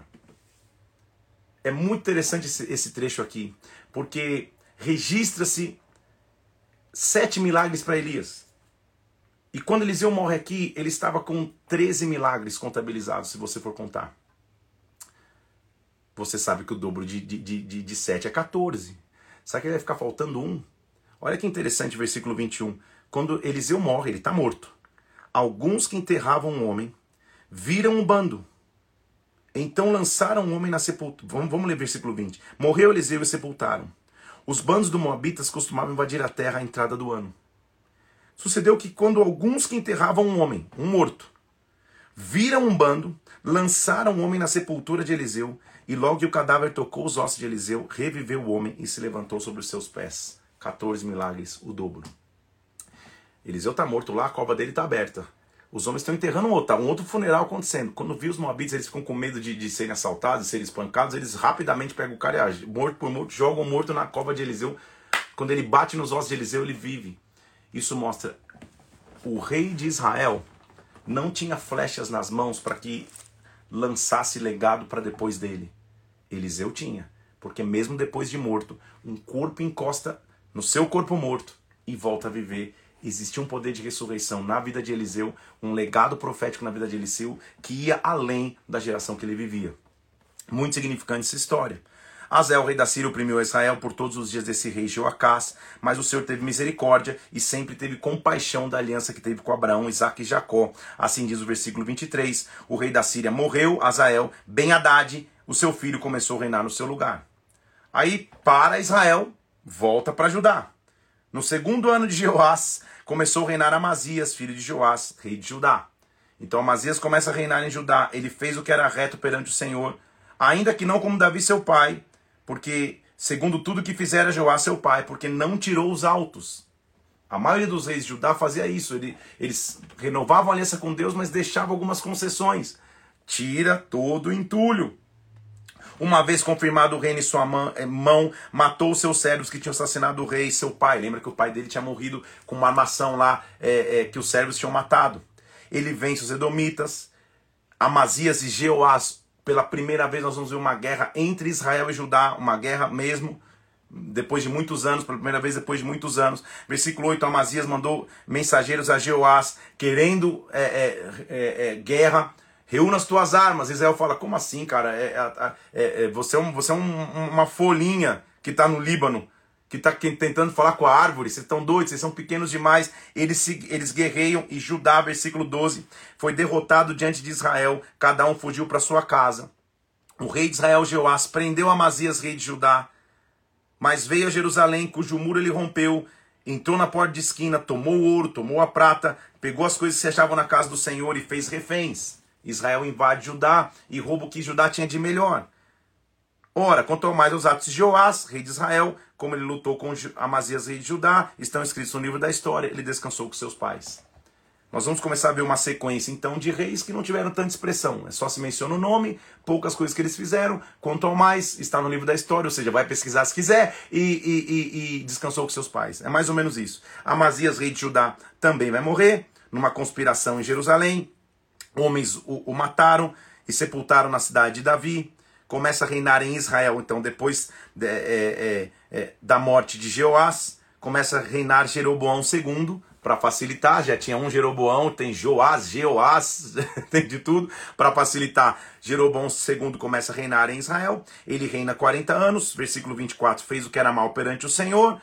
[SPEAKER 1] É muito interessante esse trecho aqui, porque registra-se 7 milagres para Elias. E quando Eliseu morre aqui, ele estava com 13 milagres contabilizados, se você for contar. Você sabe que o dobro de 7 é 14. Sabe que vai ficar faltando 1? Olha que interessante, versículo 21. Quando Eliseu morre, ele está morto. Alguns que enterravam um homem viram um bando. Então lançaram um homem na sepultura. Vamos ler versículo 20. Morreu Eliseu e sepultaram. Os bandos dos moabitas costumavam invadir a terra à entrada do ano. Sucedeu que quando alguns que enterravam um homem, um morto, viram um bando, lançaram um homem na sepultura de Eliseu, e logo que o cadáver tocou os ossos de Eliseu, reviveu o homem e se levantou sobre os seus pés. 14 milagres, o dobro. Eliseu está morto lá, a cova dele está aberta. Os homens estão enterrando um outro funeral acontecendo. Quando viu os moabitas, eles ficam com medo de serem assaltados, de serem espancados, eles rapidamente pegam o cara e morto por morto, jogam o morto na cova de Eliseu. Quando ele bate nos ossos de Eliseu, ele vive. Isso mostra, o rei de Israel não tinha flechas nas mãos para que lançasse legado para depois dele. Eliseu tinha, porque mesmo depois de morto, um corpo encosta no seu corpo morto e volta a viver. Existia um poder de ressurreição na vida de Eliseu, um legado profético na vida de Eliseu que ia além da geração que ele vivia. Muito significante essa história. Azael, rei da Síria, oprimiu Israel por todos os dias desse rei Jeoacás, mas o Senhor teve misericórdia e sempre teve compaixão da aliança que teve com Abraão, Isaque e Jacó. Assim diz o versículo 23, o rei da Síria morreu, Azael, Ben-Hadad, o seu filho começou a reinar no seu lugar. Aí, para Israel, volta para Judá. No segundo ano de Jeoás, começou a reinar Amazias, filho de Joás, rei de Judá. Então Amazias começa a reinar em Judá. Ele fez o que era reto perante o Senhor, ainda que não como Davi seu pai, porque segundo tudo que fizera Joás seu pai, porque não tirou os altos. A maioria dos reis de Judá fazia isso. Eles renovavam a aliança com Deus, mas deixavam algumas concessões. Tira todo o entulho. Uma vez confirmado o reino em sua mão, matou os seus servos que tinham assassinado o rei, seu pai. Lembra que o pai dele tinha morrido com uma armação lá que os servos tinham matado. Ele vence os edomitas. Amazias e Jeoás, pela primeira vez nós vamos ver uma guerra entre Israel e Judá, uma guerra mesmo, depois de muitos anos, pela primeira vez depois de muitos anos. Versículo 8, Amazias mandou mensageiros a Jeoás, querendo guerra. Reúna as tuas armas. Israel fala, como assim, cara? Você é uma folhinha que está no Líbano, que está tentando falar com a árvore. Vocês estão doidos, vocês são pequenos demais. Eles guerreiam, e Judá, versículo 12, foi derrotado diante de Israel. Cada um fugiu para sua casa. O rei de Israel, Jeoás, prendeu Amazias, rei de Judá, mas veio a Jerusalém, cujo muro ele rompeu, entrou na porta de esquina, tomou o ouro, tomou a prata, pegou as coisas que se achavam na casa do Senhor e fez reféns. Israel invade Judá e rouba o que Judá tinha de melhor. Ora, quanto ao mais os atos de Joás, rei de Israel, como ele lutou com Amazias, rei de Judá, estão escritos no livro da história. Ele descansou com seus pais. Nós vamos começar a ver uma sequência, então, de reis que não tiveram tanta expressão. É só se menciona o nome, poucas coisas que eles fizeram. Quanto ao mais, está no livro da história, ou seja, vai pesquisar se quiser, e descansou com seus pais. É mais ou menos isso. Amazias, rei de Judá, também vai morrer, numa conspiração em Jerusalém. Homens o mataram e sepultaram na cidade de Davi. Começa a reinar em Israel, então, depois da morte de Jeoás, começa a reinar Jeroboão II, para facilitar. Já tinha um Jeroboão, tem Joás, tem de tudo. Para facilitar, Jeroboão II começa a reinar em Israel. Ele reina 40 anos, versículo 24, fez o que era mal perante o Senhor,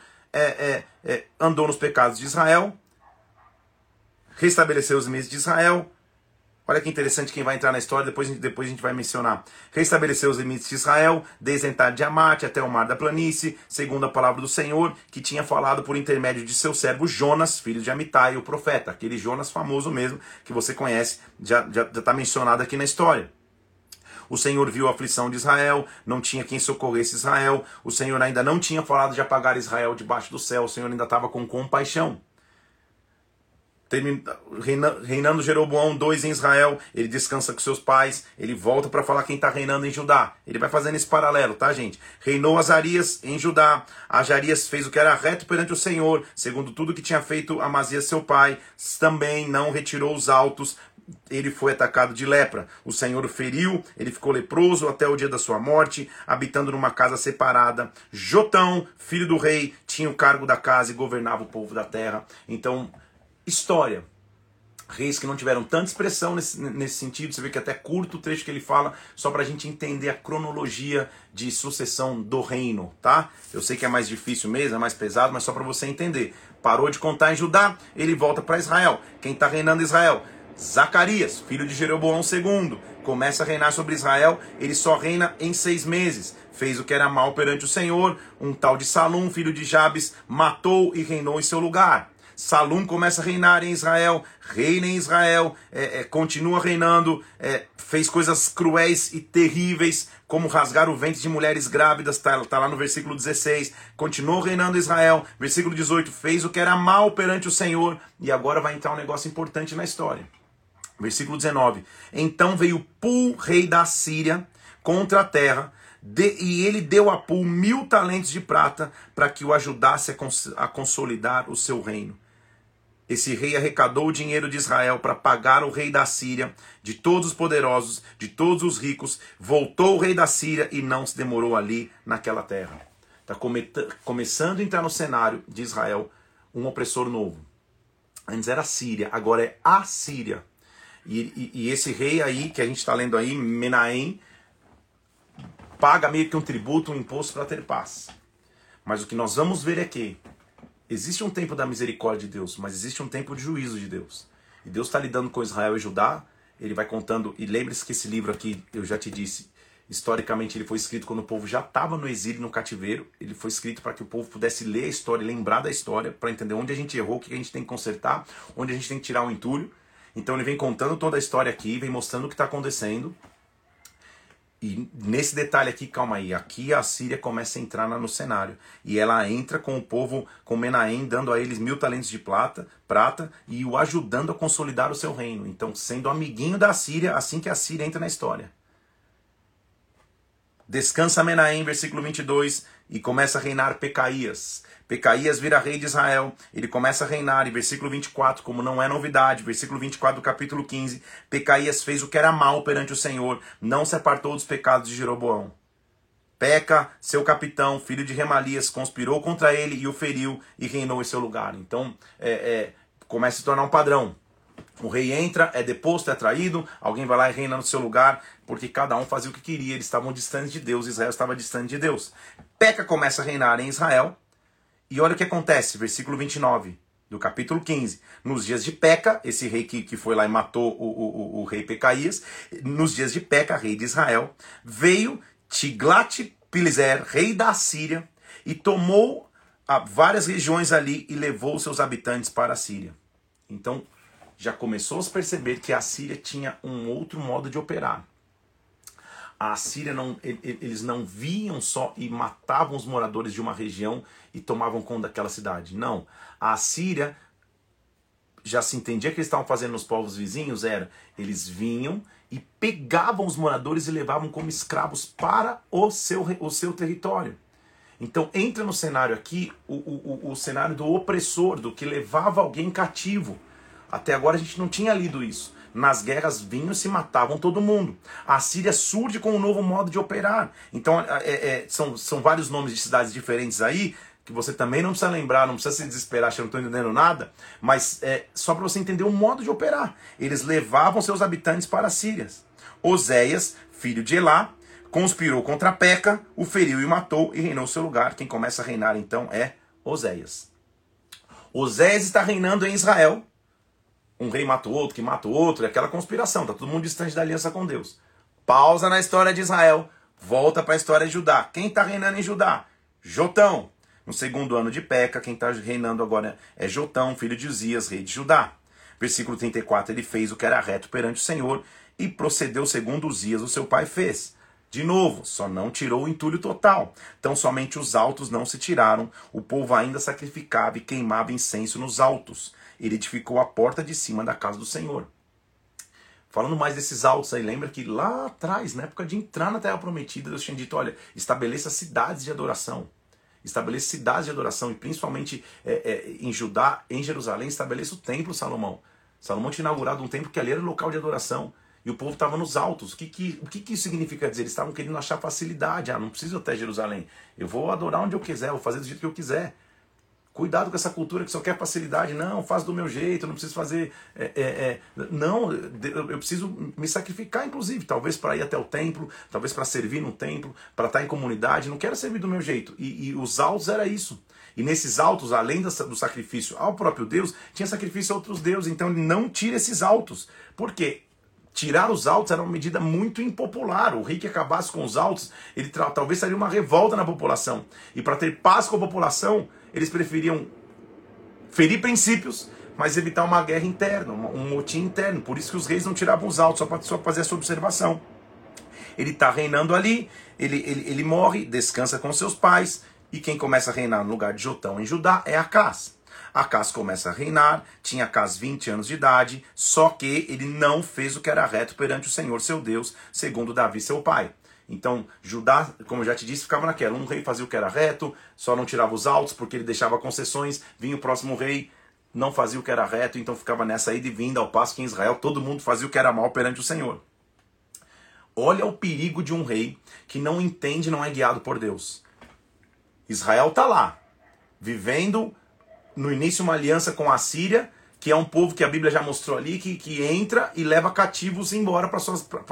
[SPEAKER 1] andou nos pecados de Israel, restabeleceu os limites de Israel. Olha que interessante quem vai entrar na história, depois a gente vai mencionar. Restabeleceu os limites de Israel, desde a entrada de Amate até o mar da planície, segundo a palavra do Senhor, que tinha falado por intermédio de seu servo Jonas, filho de Amitai, o profeta. Aquele Jonas famoso mesmo, que você conhece, já está mencionado aqui na história. O Senhor viu a aflição de Israel, não tinha quem socorresse Israel. O Senhor ainda não tinha falado de apagar Israel debaixo do céu. O Senhor ainda estava com compaixão. Reinando Jeroboão II em Israel, ele descansa com seus pais, ele volta para falar quem está reinando em Judá. Ele vai fazendo esse paralelo, tá, gente? Reinou Azarias em Judá. Azarias fez o que era reto perante o Senhor, segundo tudo que tinha feito Amazias seu pai. Também não retirou os altos. Ele foi atacado de lepra. O Senhor o feriu, ele ficou leproso até o dia da sua morte, habitando numa casa separada. Jotão, filho do rei, tinha o cargo da casa e governava o povo da terra. Então, história. Reis que não tiveram tanta expressão nesse sentido. Você vê que até curto o trecho que ele fala, só para a gente entender a cronologia de sucessão do reino, tá? Eu sei que é mais difícil mesmo, é mais pesado, mas só para você entender. Parou de contar em Judá, ele volta para Israel. Quem está reinando Israel? Zacarias, filho de Jeroboão II. Começa a reinar sobre Israel, ele só reina em 6 meses. Fez o que era mal perante o Senhor. Um tal de Salum, filho de Jabes, matou e reinou em seu lugar. Salum começa a reinar em Israel, reina em Israel, continua reinando, fez coisas cruéis e terríveis, como rasgar o ventre de mulheres grávidas, tá lá no versículo 16, continuou reinando em Israel, versículo 18, fez o que era mal perante o Senhor, e agora vai entrar um negócio importante na história. Versículo 19, então veio Pul, rei da Síria, contra a terra, e ele deu a Pul 1000 talentos de prata, para que o ajudasse a consolidar o seu reino. Esse rei arrecadou o dinheiro de Israel para pagar o rei da Síria, de todos os poderosos, de todos os ricos. Voltou o rei da Síria e não se demorou ali naquela terra. Está começando a entrar no cenário de Israel um opressor novo. Antes era a Síria, agora é a Síria. E esse rei aí, que a gente está lendo aí, Menahem, paga meio que um tributo, um imposto para ter paz. Mas o que nós vamos ver é que existe um tempo da misericórdia de Deus, mas existe um tempo de juízo de Deus. E Deus está lidando com Israel e Judá, ele vai contando, e lembre-se que esse livro aqui, eu já te disse, historicamente ele foi escrito quando o povo já estava no exílio, no cativeiro, ele foi escrito para que o povo pudesse ler a história, lembrar da história, para entender onde a gente errou, o que a gente tem que consertar, onde a gente tem que tirar o entulho. Então ele vem contando toda a história aqui, vem mostrando o que está acontecendo. E nesse detalhe aqui, calma aí, aqui a Síria começa a entrar no cenário. E ela entra com o povo, com Menahem, dando a eles 1000 talentos de prata e o ajudando a consolidar o seu reino. Então, sendo amiguinho da Síria, assim que a Síria entra na história. Descansa Menahem, versículo 22, e começa a reinar Pecaías. Pecaías vira rei de Israel, ele começa a reinar, e versículo 24, como não é novidade, versículo 24 do capítulo 15, Pecaías fez o que era mal perante o Senhor, não se apartou dos pecados de Jeroboão. Peca, seu capitão, filho de Remalias, conspirou contra ele e o feriu e reinou em seu lugar. Então, começa a se tornar um padrão. O rei entra, é deposto, é traído, alguém vai lá e reina no seu lugar, porque cada um fazia o que queria, eles estavam distantes de Deus, Israel estava distante de Deus. Peca começa a reinar em Israel, e olha o que acontece, versículo 29 do capítulo 15. Nos dias de Peca, esse rei que foi lá e matou o rei Pecaías, nos dias de Peca, rei de Israel, veio Tiglat-Pileser, rei da Síria, e tomou várias regiões ali e levou seus habitantes para a Síria. Então, já começou a se perceber que a Síria tinha um outro modo de operar. A Síria eles não viam só e matavam os moradores de uma região e tomavam conta daquela cidade. Não. A Síria já se entendia que eles estavam fazendo nos povos vizinhos, eles vinham e pegavam os moradores e levavam como escravos para o seu território. Então entra no cenário aqui o cenário do opressor, do que levava alguém cativo. Até agora a gente não tinha lido isso. Nas guerras vinham e se matavam todo mundo. A Síria surge com um novo modo de operar. Então são vários nomes de cidades diferentes aí, que você também não precisa lembrar, não precisa se desesperar, achando que não estou entendendo nada, mas só para você entender o modo de operar. Eles levavam seus habitantes para a Síria. Oséias, filho de Elá, conspirou contra Peca, o feriu e matou e reinou seu lugar. Quem começa a reinar então é Oséias. Oséias está reinando em Israel. Um rei mata o outro, que mata o outro, é aquela conspiração, tá todo mundo distante da aliança com Deus. Pausa na história de Israel, volta para a história de Judá. Quem está reinando em Judá? Jotão. No segundo ano de Peca, quem está reinando agora é Jotão, filho de Uzias, rei de Judá. Versículo 34, ele fez o que era reto perante o Senhor e procedeu segundo Uzias, o seu pai, fez. De novo, só não tirou o entulho total. Então somente os altos não se tiraram, o povo ainda sacrificava e queimava incenso nos altos. Ele edificou a porta de cima da casa do Senhor. Falando mais desses altos aí, lembra que lá atrás, na época de entrar na Terra Prometida, Deus tinha dito, olha, estabeleça cidades de adoração. Estabeleça cidades de adoração, e principalmente em Judá, em Jerusalém, estabeleça o templo, Salomão. Salomão tinha inaugurado um templo que ali era local de adoração. E o povo estava nos altos. O que isso significa dizer? Eles estavam querendo achar facilidade. Não preciso ir até Jerusalém. Eu vou adorar onde eu quiser, vou fazer do jeito que eu quiser. Cuidado com essa cultura que só quer facilidade. Não, faz do meu jeito, eu não preciso fazer... Não, eu preciso me sacrificar, inclusive. Talvez para ir até o templo, talvez para servir no templo, para estar em comunidade. Não quero servir do meu jeito. E os altos era isso. E nesses altos, além do sacrifício ao próprio Deus, tinha sacrifício a outros deuses. Então ele não tira esses altos. Por quê? Tirar os altos era uma medida muito impopular. O rei que acabasse com os altos, ele talvez seria uma revolta na população. E para ter paz com a população, eles preferiam ferir princípios, mas evitar uma guerra interna, um motim interno. Por isso que os reis não tiravam os altos, só para fazer essa observação. Ele está reinando ali, ele morre, descansa com seus pais, e quem começa a reinar no lugar de Jotão em Judá é Acás. Acás começa a reinar, tinha Acás 20 anos de idade, só que ele não fez o que era reto perante o Senhor seu Deus, segundo Davi seu pai. Então, Judá, como eu já te disse, ficava naquela. Um rei fazia o que era reto, só não tirava os altos, porque ele deixava concessões, vinha o próximo rei, não fazia o que era reto, então ficava nessa ida e vinda, ao passo que em Israel todo mundo fazia o que era mal perante o Senhor. Olha o perigo de um rei que não entende, não é guiado por Deus. Israel está lá, vivendo no início uma aliança com a Síria, que é um povo que a Bíblia já mostrou ali, que entra e leva cativos embora para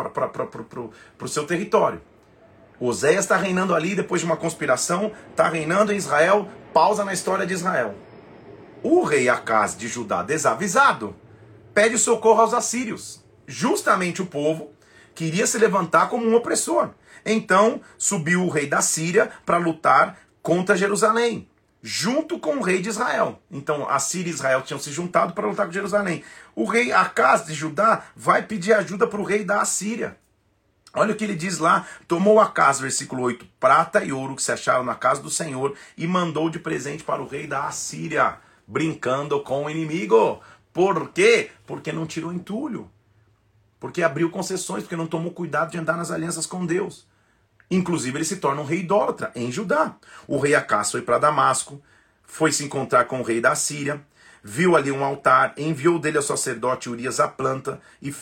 [SPEAKER 1] o seu território. Oséias está reinando ali depois de uma conspiração, está reinando em Israel, pausa na história de Israel. O rei Acás de Judá, desavisado, pede socorro aos assírios. Justamente o povo que iria se levantar como um opressor. Então subiu o rei da Síria para lutar contra Jerusalém, junto com o rei de Israel. Então a Síria e Israel tinham se juntado para lutar com Jerusalém. O rei Acás de Judá vai pedir ajuda para o rei da Assíria. Olha o que ele diz lá: tomou a casa, versículo 8, prata e ouro que se acharam na casa do Senhor e mandou de presente para o rei da Assíria, brincando com o inimigo. Por quê? Porque não tirou entulho, porque abriu concessões, porque não tomou cuidado de andar nas alianças com Deus. Inclusive ele se torna um rei idólatra em Judá. O rei Acás foi para Damasco, foi se encontrar com o rei da Síria, viu ali um altar, enviou dele ao sacerdote Urias a planta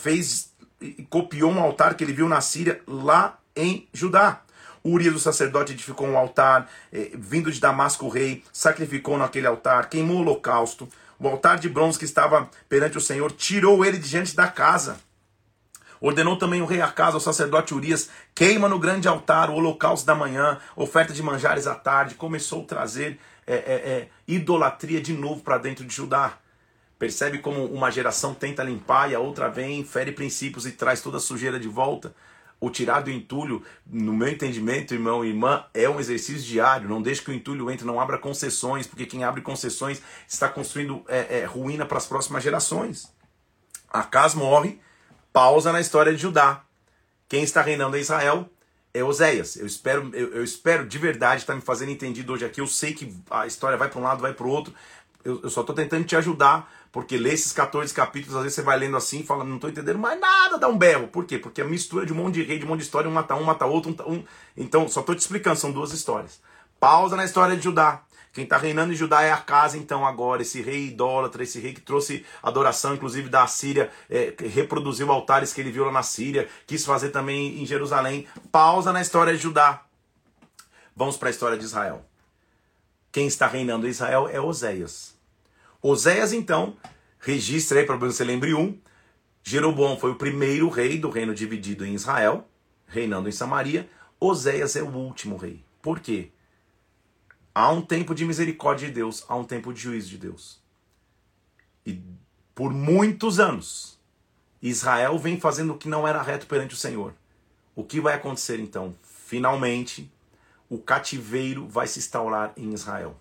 [SPEAKER 1] e copiou um altar que ele viu na Síria lá em Judá. Urias, o sacerdote, edificou um altar, vindo de Damasco o rei, sacrificou naquele altar, queimou o holocausto. O altar de bronze que estava perante o Senhor, tirou ele de diante da casa. Ordenou também o rei Acás ao sacerdote Urias: queima no grande altar o holocausto da manhã, oferta de manjares à tarde. Começou a trazer idolatria de novo para dentro de Judá. Percebe como uma geração tenta limpar e a outra vem, fere princípios e traz toda a sujeira de volta? O tirar do entulho, no meu entendimento, irmão e irmã, é um exercício diário. Não deixe que o entulho entre, não abra concessões, porque quem abre concessões está construindo ruína para as próximas gerações. Acás morre, pausa na história de Judá. Quem está reinando em Israel é Oséias. Eu espero de verdade estar me fazendo entendido hoje aqui. Eu sei que a história vai para um lado, vai para o outro. Eu só estou tentando te ajudar, porque ler esses 14 capítulos, às vezes você vai lendo assim e fala, não estou entendendo mais nada, dá um berro. Por quê? Porque é mistura de um monte de rei, de um monte de história, um mata outro. Então, só estou te explicando, são duas histórias. Pausa na história de Judá. Quem está reinando em Judá é Acás, então, agora. Esse rei idólatra, esse rei que trouxe adoração, inclusive da Síria, reproduziu altares que ele viu lá na Síria, quis fazer também em Jerusalém. Pausa na história de Judá. Vamos para a história de Israel. Quem está reinando em Israel é Oséias. Oséias, então, registra aí, para você lembre Jeroboão foi o primeiro rei do reino dividido em Israel, reinando em Samaria. Oséias é o último rei. Por quê? Há um tempo de misericórdia de Deus, há um tempo de juízo de Deus. E por muitos anos, Israel vem fazendo o que não era reto perante o Senhor. O que vai acontecer então? Finalmente, o cativeiro vai se instaurar em Israel.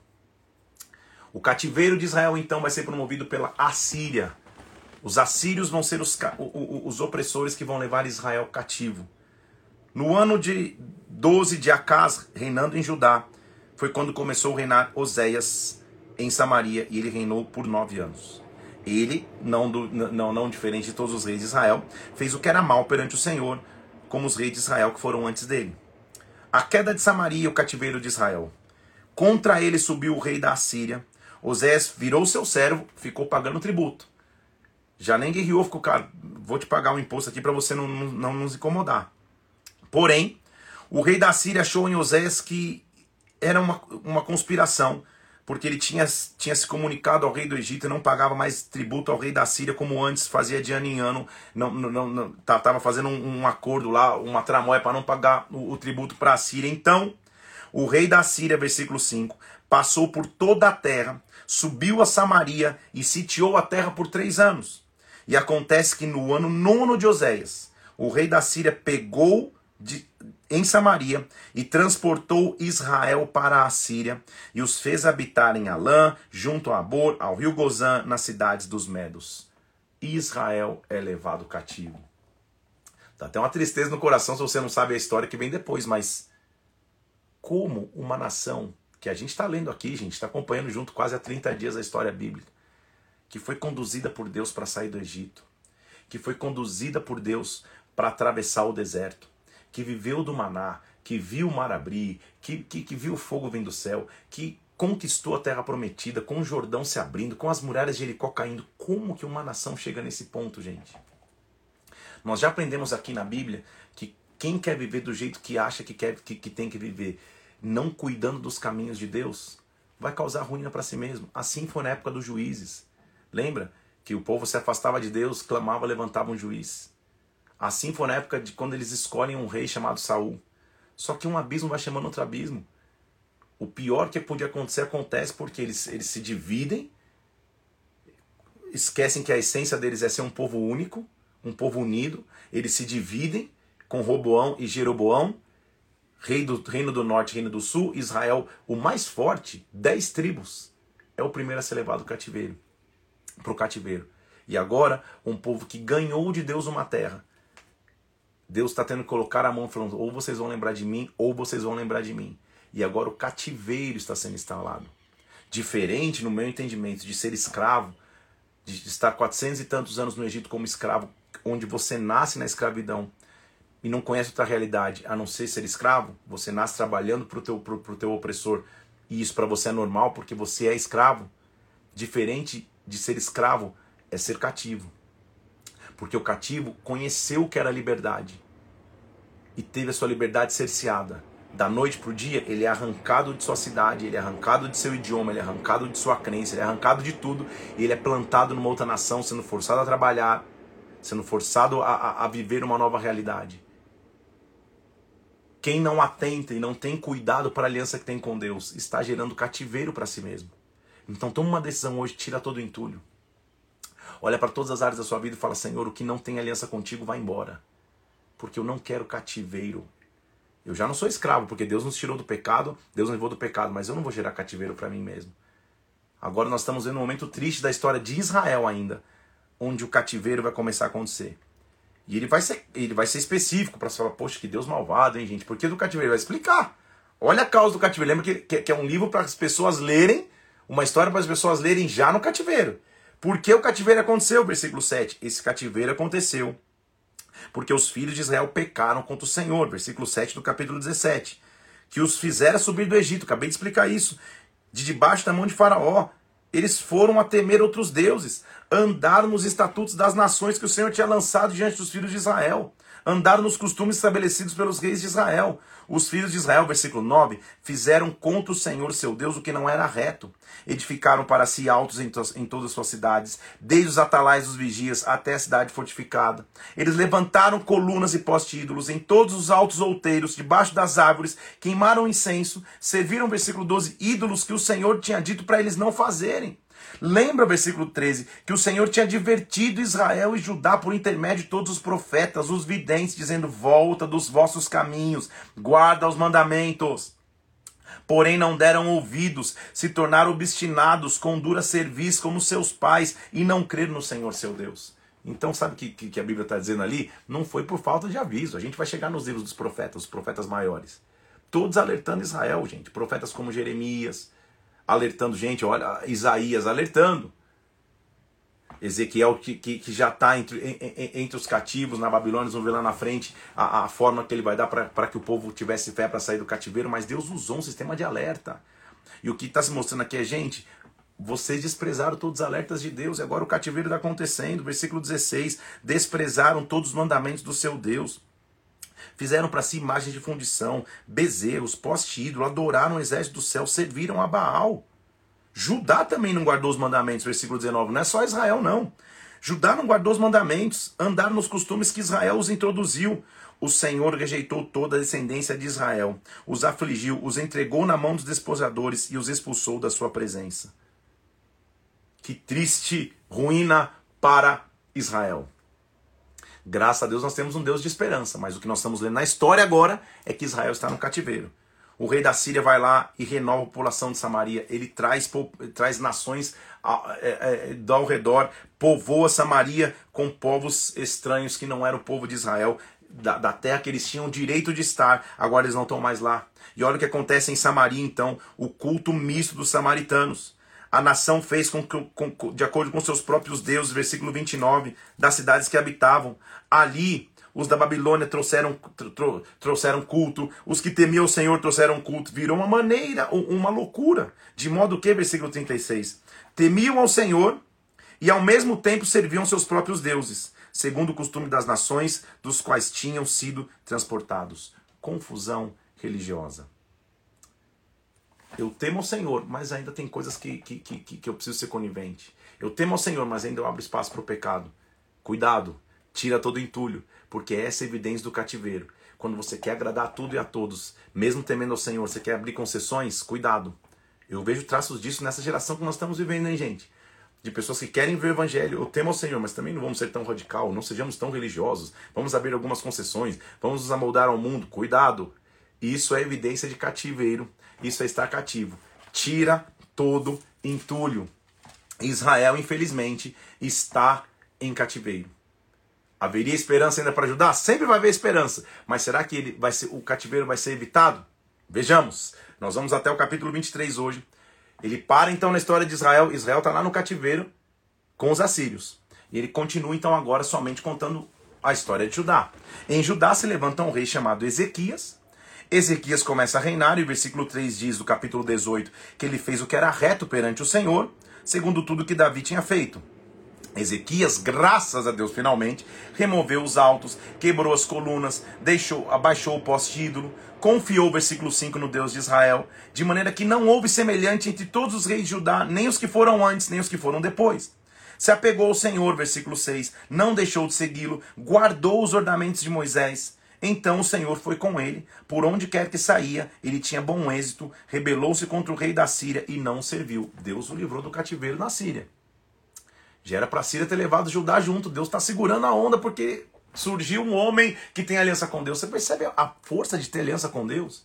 [SPEAKER 1] O cativeiro de Israel, então, vai ser promovido pela Assíria. Os assírios vão ser os opressores que vão levar Israel cativo. No ano de 12 de Acás, reinando em Judá, foi quando começou a reinar Oséias em Samaria, e ele reinou por 9 anos. Ele, não diferente de todos os reis de Israel, fez o que era mal perante o Senhor, como os reis de Israel que foram antes dele. A queda de Samaria e o cativeiro de Israel. Contra ele subiu o rei da Assíria. Oséias virou seu servo, ficou pagando tributo. Já nem guerreou, ficou, cara, vou te pagar um imposto aqui para você não nos incomodar. Porém, o rei da Síria achou em Oséias que era uma conspiração, porque ele tinha se comunicado ao rei do Egito e não pagava mais tributo ao rei da Síria como antes, fazia de ano em ano, estava fazendo um acordo lá, uma tramóia para não pagar o tributo para a Síria. Então, o rei da Síria, versículo 5, passou por toda a terra, subiu a Samaria e sitiou a terra por 3 anos. E acontece que no ano 9º de Oséias, o rei da Síria pegou em Samaria e transportou Israel para a Síria e os fez habitar em Alã, junto a Abor, ao rio Gozã, nas cidades dos Medos. Israel é levado cativo. Dá até uma tristeza no coração se você não sabe a história que vem depois, mas como uma nação que a gente está lendo aqui, gente, está acompanhando junto quase há 30 dias a história bíblica, que foi conduzida por Deus para sair do Egito, que foi conduzida por Deus para atravessar o deserto, que viveu do maná, que viu o mar abrir, que viu o fogo vindo do céu, que conquistou a terra prometida, com o Jordão se abrindo, com as muralhas de Jericó caindo. Como que uma nação chega nesse ponto, gente? Nós já aprendemos aqui na Bíblia que quem quer viver do jeito que acha que tem que viver, não cuidando dos caminhos de Deus, vai causar ruína para si mesmo. Assim foi na época dos juízes. Lembra que o povo se afastava de Deus, clamava, levantava um juiz. Assim foi na época de quando eles escolhem um rei chamado Saul. Só que um abismo vai chamando outro abismo. O pior que podia acontecer acontece porque eles se dividem, esquecem que a essência deles é ser um povo único, um povo unido. Eles se dividem com Roboão e Jeroboão, reino do norte, reino do sul. Israel, o mais forte, 10 tribos, é o primeiro a ser levado para o cativeiro. E agora, um povo que ganhou de Deus uma terra, Deus está tendo que colocar a mão falando, ou vocês vão lembrar de mim, ou vocês vão lembrar de mim. E agora o cativeiro está sendo instalado. Diferente, no meu entendimento, de ser escravo, de estar 400 e tantos anos no Egito como escravo, onde você nasce na escravidão e não conhece outra realidade, a não ser escravo, você nasce trabalhando para o teu opressor, e isso para você é normal, porque você é escravo. Diferente de ser escravo, é ser cativo. Porque o cativo conheceu o que era liberdade e teve a sua liberdade cerceada. Da noite para o dia, ele é arrancado de sua cidade, ele é arrancado de seu idioma, ele é arrancado de sua crença, ele é arrancado de tudo, e ele é plantado numa outra nação, sendo forçado a trabalhar, sendo forçado a viver uma nova realidade. Quem não atenta e não tem cuidado para a aliança que tem com Deus, está gerando cativeiro para si mesmo. Então toma uma decisão hoje, tira todo o entulho. Olha para todas as áreas da sua vida e fala, Senhor, o que não tem aliança contigo vai embora. Porque eu não quero cativeiro. Eu já não sou escravo, porque Deus nos tirou do pecado, Deus nos levou do pecado, mas eu não vou gerar cativeiro para mim mesmo. Agora nós estamos vendo um momento triste da história de Israel ainda, onde o cativeiro vai começar a acontecer. E ele vai ser específico para falar, poxa, que Deus malvado, hein, gente? Por que do cativeiro? Ele vai explicar. Olha a causa do cativeiro. Lembra que é um livro para as pessoas lerem, uma história para as pessoas lerem já no cativeiro. Por que o cativeiro aconteceu? Versículo 7. Esse cativeiro aconteceu porque os filhos de Israel pecaram contra o Senhor. Versículo 7 do capítulo 17. Que os fizera subir do Egito. Acabei de explicar isso. De debaixo da mão de Faraó. Eles foram a temer outros deuses. Andaram nos estatutos das nações que o Senhor tinha lançado diante dos filhos de Israel. Andaram nos costumes estabelecidos pelos reis de Israel. Os filhos de Israel, versículo 9, fizeram contra o Senhor seu Deus o que não era reto. Edificaram para si altos em todas as suas cidades, desde os atalais dos vigias até a cidade fortificada. Eles levantaram colunas e postes ídolos em todos os altos outeiros, debaixo das árvores, queimaram incenso, serviram, versículo 12, ídolos que o Senhor tinha dito para eles não fazerem. Lembra, versículo 13, que o Senhor tinha advertido Israel e Judá por intermédio de todos os profetas, os videntes, dizendo, volta dos vossos caminhos, guarda os mandamentos. Porém não deram ouvidos, se tornaram obstinados, com dura cerviz como seus pais, e não creram no Senhor seu Deus. Então sabe o que a Bíblia está dizendo ali? Não foi por falta de aviso. A gente vai chegar nos livros dos profetas, os profetas maiores. Todos alertando Israel, gente. Profetas como Jeremias, alertando, gente, olha, Isaías alertando. Ezequiel que já está entre os cativos na Babilônia, vamos ver lá na frente a forma que ele vai dar para que o povo tivesse fé para sair do cativeiro, mas Deus usou um sistema de alerta. E o que está se mostrando aqui é, gente, vocês desprezaram todos os alertas de Deus, e agora o cativeiro está acontecendo. Versículo 16, desprezaram todos os mandamentos do seu Deus. Fizeram para si imagens de fundição, bezerros, poste ídolo, adoraram o exército do céu, serviram a Baal. Judá também não guardou os mandamentos, versículo 19, não é só Israel não. Judá não guardou os mandamentos, andaram nos costumes que Israel os introduziu. O Senhor rejeitou toda a descendência de Israel, os afligiu, os entregou na mão dos desposadores e os expulsou da sua presença. Que triste ruína para Israel. Graças a Deus nós temos um Deus de esperança, mas o que nós estamos lendo na história agora é que Israel está no cativeiro. O rei da Síria vai lá e renova a população de Samaria. Ele traz nações ao redor, povoa Samaria com povos estranhos que não eram o povo de Israel, da terra que eles tinham direito de estar. Agora eles não estão mais lá. E olha o que acontece em Samaria então, o culto misto dos samaritanos. A nação fez de acordo com seus próprios deuses, versículo 29, das cidades que habitavam. Ali, os da Babilônia trouxeram culto, os que temiam o Senhor trouxeram culto. Virou uma maneira, uma loucura. De modo que, versículo 36, temiam ao Senhor e ao mesmo tempo serviam seus próprios deuses, segundo o costume das nações dos quais tinham sido transportados. Confusão religiosa. Eu temo ao Senhor, mas ainda tem coisas que eu preciso ser conivente. Eu temo ao Senhor, mas ainda eu abro espaço para o pecado. Cuidado, tira todo o entulho, porque essa é a evidência do cativeiro. Quando você quer agradar a tudo e a todos, mesmo temendo ao Senhor, você quer abrir concessões, cuidado. Eu vejo traços disso nessa geração que nós estamos vivendo, hein, gente? De pessoas que querem ver o evangelho, eu temo ao Senhor, mas também não vamos ser tão radical, não sejamos tão religiosos, vamos abrir algumas concessões, vamos nos amoldar ao mundo, cuidado. Isso é evidência de cativeiro, isso é estar cativo. Tira todo entulho. Israel, infelizmente, está em cativeiro. Haveria esperança ainda para Judá? Sempre vai haver esperança. Mas será que o cativeiro vai ser evitado? Vejamos. Nós vamos até o capítulo 23 hoje. Ele para então na história de Israel. Israel está lá no cativeiro com os assírios. E ele continua então agora somente contando a história de Judá. Em Judá se levanta um rei chamado Ezequias. Ezequias começa a reinar e o versículo 3 diz do capítulo 18 que ele fez o que era reto perante o Senhor, segundo tudo que Davi tinha feito. Ezequias, graças a Deus, finalmente, removeu os altos, quebrou as colunas, abaixou o poste ídolo, confiou, versículo 5, no Deus de Israel, de maneira que não houve semelhante entre todos os reis de Judá, nem os que foram antes, nem os que foram depois. Se apegou ao Senhor, versículo 6, não deixou de segui-lo, guardou os ornamentos de Moisés. Então o Senhor foi com ele, por onde quer que saía, ele tinha bom êxito, rebelou-se contra o rei da Síria e não o serviu. Deus o livrou do cativeiro na Síria. Já era para a Síria ter levado Judá junto. Deus está segurando a onda porque surgiu um homem que tem aliança com Deus. Você percebe a força de ter aliança com Deus?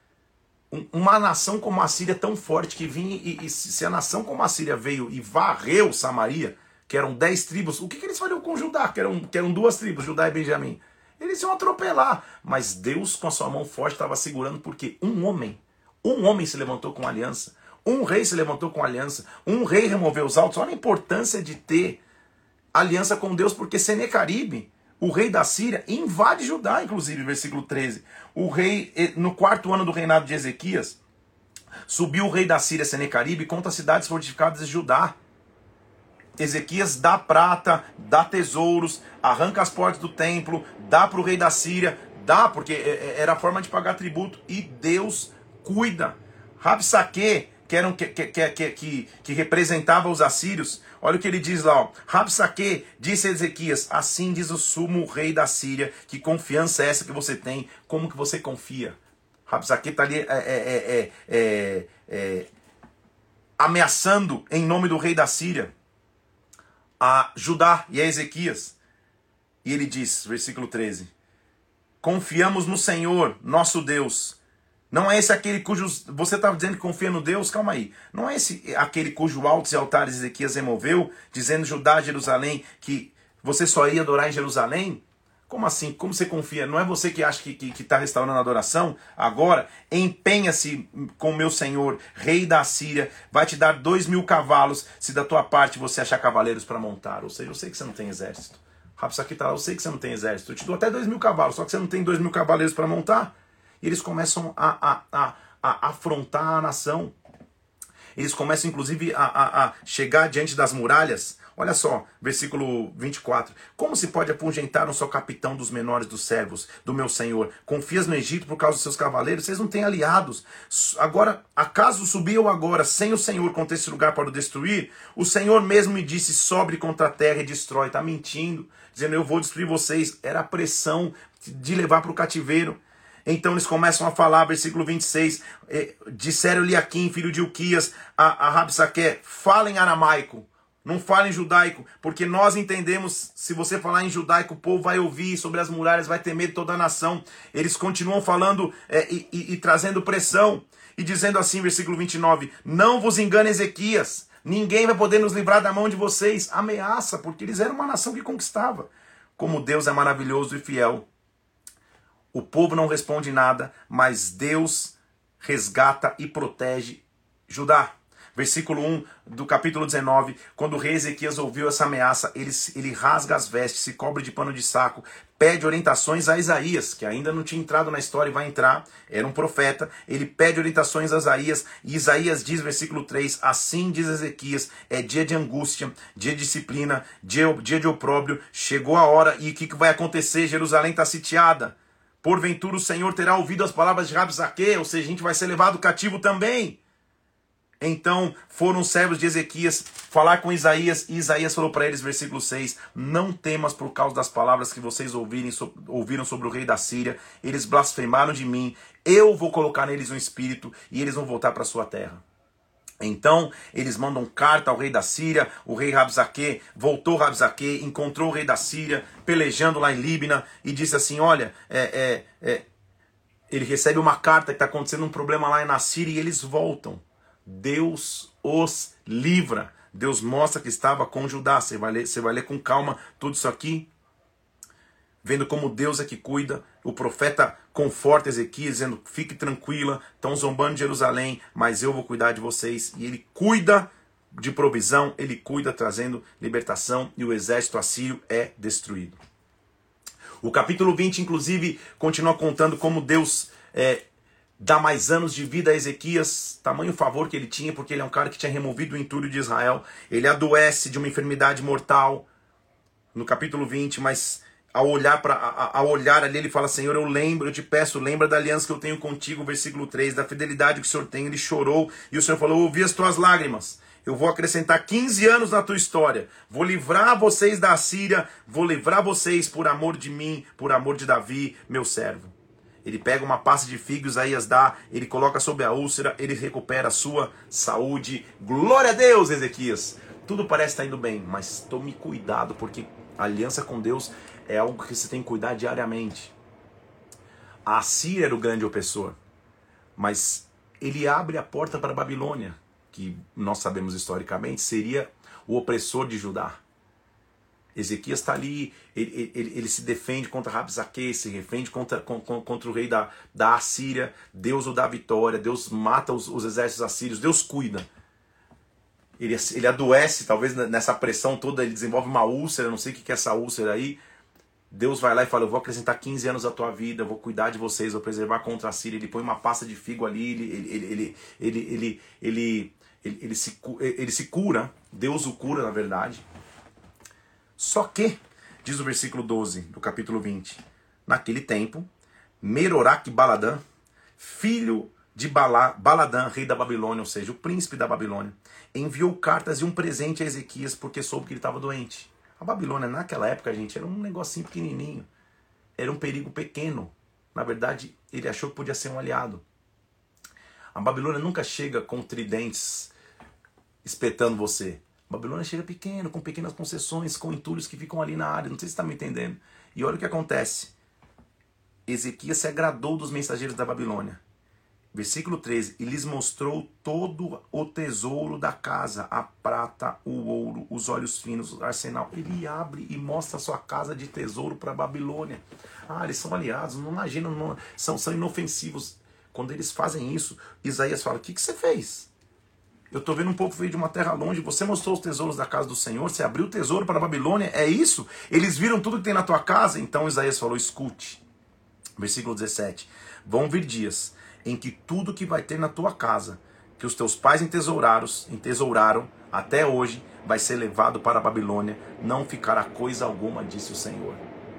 [SPEAKER 1] Uma nação como a Síria tão forte que vinha e se a nação como a Síria veio e varreu Samaria, que eram 10 tribos, o que eles fariam com Judá? Que eram 2 tribos, Judá e Benjamim. Eles iam atropelar. Mas Deus com a sua mão forte estava segurando porque um homem se levantou com aliança. Um rei se levantou com aliança. Um rei removeu os altos. Olha a importância de ter aliança com Deus, porque Senequeribe, o rei da Síria, invade Judá, inclusive, versículo 13. O rei, no 4º ano do reinado de Ezequias, subiu o rei da Síria, Senequeribe, contra as cidades fortificadas de Judá. Ezequias dá prata, dá tesouros, arranca as portas do templo, dá para o rei da Síria, dá, porque era a forma de pagar tributo, e Deus cuida. Rabsaque, que representava os assírios, olha o que ele diz lá, ó. Rabsaque disse a Ezequias, assim diz o sumo rei da Síria, que confiança é essa que você tem, como que você confia? Rabsaque está ali ameaçando em nome do rei da Síria a Judá e a Ezequias. E ele diz, versículo 13, confiamos no Senhor, nosso Deus. Não é esse aquele cujos... Você estava dizendo que confia no Deus? Calma aí. Não é esse aquele cujo altos e altares Ezequias removeu, dizendo Judá, Jerusalém, que você só ia adorar em Jerusalém? Como assim? Como você confia? Não é você que acha que está restaurando a adoração? Agora, empenha-se com meu Senhor, rei da Síria, vai te dar 2.000 cavalos, se da tua parte você achar cavaleiros para montar. Ou seja, eu sei que você não tem exército. Rabsaque está lá, eu sei que você não tem exército. Eu te dou até 2.000 cavalos, só que você não tem 2.000 cavaleiros para montar. E eles começam a afrontar a nação. Eles começam, inclusive, a chegar diante das muralhas. Olha só, versículo 24. Como se pode apungentar um só capitão dos menores dos servos do meu senhor? Confias no Egito por causa dos seus cavaleiros? Vocês não têm aliados. Agora, acaso subi eu agora sem o Senhor contra esse lugar para o destruir? O Senhor mesmo me disse, sobre contra a terra e destrói. Está mentindo, dizendo, eu vou destruir vocês. Era a pressão de levar para o cativeiro. Então eles começam a falar, versículo 26, disseram-lhe Aquim, filho de Ilquias, a Rabsaque, fala em aramaico, não fala em judaico, porque nós entendemos, se você falar em judaico, o povo vai ouvir sobre as muralhas, vai ter medo de toda a nação. Eles continuam falando e trazendo pressão, e dizendo assim, versículo 29, não vos engane Ezequias, ninguém vai poder nos livrar da mão de vocês. Ameaça, porque eles eram uma nação que conquistava. Como Deus é maravilhoso e fiel. O povo não responde nada, mas Deus resgata e protege Judá. Versículo 1 do capítulo 19, quando o rei Ezequias ouviu essa ameaça, ele rasga as vestes, se cobre de pano de saco, pede orientações a Isaías, que ainda não tinha entrado na história e vai entrar, era um profeta, ele pede orientações a Isaías, e Isaías diz, versículo 3, assim diz Ezequias, é dia de angústia, dia de disciplina, dia de opróbrio, chegou a hora, e o que vai acontecer? Jerusalém está sitiada. Porventura o Senhor terá ouvido as palavras de Rabsaque, ou seja, a gente vai ser levado cativo também. Então foram os servos de Ezequias falar com Isaías, e Isaías falou para eles, versículo 6, não temas por causa das palavras que vocês ouviram sobre o rei da Síria, eles blasfemaram de mim, eu vou colocar neles um espírito, e eles vão voltar para sua terra. Então eles mandam carta ao rei da Síria, o rei Rabsaque, voltou Rabsaque, encontrou o rei da Síria, pelejando lá em Líbina, e disse assim, olha, ele recebe uma carta que está acontecendo um problema lá na Síria, e eles voltam. Deus os livra, Deus mostra que estava com Judá, você vai ler com calma tudo isso aqui. vendo como Deus é que cuida. O profeta conforta Ezequias, dizendo, fique tranquila, estão zombando de Jerusalém, mas eu vou cuidar de vocês. E ele cuida de provisão, ele cuida trazendo libertação, e o exército assírio é destruído. O capítulo 20, inclusive, continua contando como Deus dá mais anos de vida a Ezequias, tamanho favor que ele tinha, porque ele é um cara que tinha removido o entulho de Israel. Ele adoece de uma enfermidade mortal, no capítulo 20, mas ao olhar ali, ele fala, Senhor, eu te peço, lembra da aliança que eu tenho contigo, versículo 3, da fidelidade que o Senhor tem. Ele chorou, e o Senhor falou, eu ouvi as tuas lágrimas, eu vou acrescentar 15 anos na tua história, vou livrar vocês da Assíria, vou livrar vocês por amor de mim, por amor de Davi, meu servo. Ele pega uma pasta de figo, Isaías dá, ele coloca sobre a úlcera, ele recupera a sua saúde. Glória a Deus, Ezequias! Tudo parece estar indo bem, mas tome cuidado, porque a aliança com Deus é algo que você tem que cuidar diariamente. A Assíria era o grande opressor, mas ele abre a porta para a Babilônia, que nós sabemos historicamente seria o opressor de Judá. Ezequias está ali, ele se defende contra Rabsaque, se defende contra o rei da Assíria. Deus o dá vitória, Deus mata os exércitos assírios, Deus cuida. Ele adoece, talvez nessa pressão toda, ele desenvolve uma úlcera, não sei o que é essa úlcera aí. Deus vai lá e fala, eu vou acrescentar 15 anos à tua vida, eu vou cuidar de vocês, vou preservar contra a Síria. Ele põe uma pasta de figo ali, ele se cura, Deus o cura na verdade. Só que, diz o versículo 12 do capítulo 20, naquele tempo, Meroraque Baladã, filho de Baladã, rei da Babilônia, ou seja, o príncipe da Babilônia, enviou cartas e um presente a Ezequias porque soube que ele estava doente. A Babilônia naquela época, gente, era um negocinho pequenininho, era um perigo pequeno. Na verdade, ele achou que podia ser um aliado. A Babilônia nunca chega com tridentes espetando você. A Babilônia chega pequeno, com pequenas concessões, com entulhos que ficam ali na área. Não sei se você está me entendendo. E olha o que acontece. Ezequias se agradou dos mensageiros da Babilônia. Versículo 13. E lhes mostrou todo o tesouro da casa, a prata, o ouro, os olhos finos, o arsenal. Ele abre e mostra a sua casa de tesouro para a Babilônia. Ah, eles são aliados, não imaginam, são inofensivos. Quando eles fazem isso, Isaías fala, o que você fez? Eu estou vendo um povo veio de uma terra longe, você mostrou os tesouros da casa do Senhor, você abriu o tesouro para a Babilônia, é isso? Eles viram tudo que tem na tua casa? Então Isaías falou, escute. Versículo 17. Vão vir dias em que tudo que vai ter na tua casa, que os teus pais entesouraram até hoje, vai ser levado para a Babilônia, não ficará coisa alguma, disse o Senhor.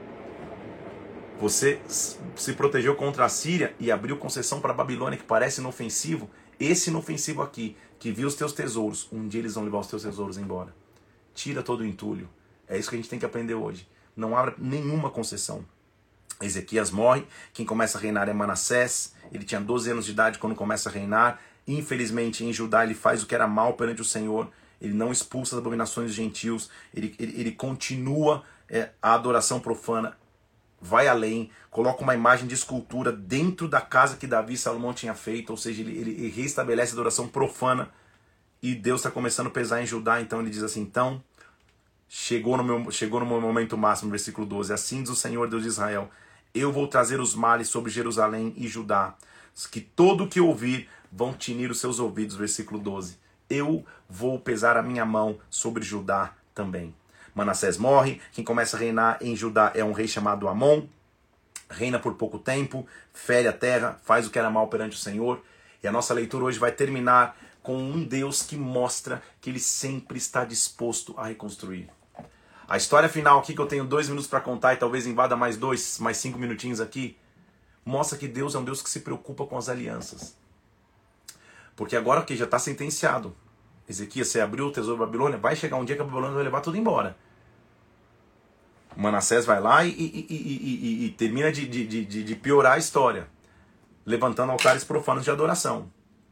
[SPEAKER 1] Você se protegeu contra a Síria e abriu concessão para a Babilônia, que parece inofensivo. Esse inofensivo aqui, que viu os teus tesouros, um dia eles vão levar os teus tesouros embora. Tira todo o entulho. É isso que a gente tem que aprender hoje. Não abra nenhuma concessão. Ezequias morre, quem começa a reinar é Manassés. Ele tinha 12 anos de idade quando começa a reinar. Infelizmente, em Judá, ele faz o que era mal perante o Senhor. Ele não expulsa as abominações dos gentios. Ele continua a adoração profana. Vai além, coloca uma imagem de escultura dentro da casa que Davi e Salomão tinham feito, ou seja, ele restabelece a adoração profana, e Deus está começando a pesar em Judá. Então ele diz assim, então, chegou no meu momento máximo, versículo 12, assim diz o Senhor Deus de Israel, eu vou trazer os males sobre Jerusalém e Judá, que todo que ouvir vão tinir os seus ouvidos, versículo 12, eu vou pesar a minha mão sobre Judá também. Manassés morre, quem começa a reinar em Judá é um rei chamado Amon, reina por pouco tempo, fere a terra, faz o que era mal perante o Senhor, e a nossa leitura hoje vai terminar com um Deus que mostra que ele sempre está disposto a reconstruir. A história final aqui, que eu tenho 2 minutos para contar e talvez invada mais 5 minutinhos aqui, mostra que Deus é um Deus que se preocupa com as alianças. Porque agora que já está sentenciado, Ezequias, você abriu o tesouro da Babilônia, vai chegar um dia que a Babilônia vai levar tudo embora. Manassés vai lá e termina de piorar a história, levantando altares profanos de adoração.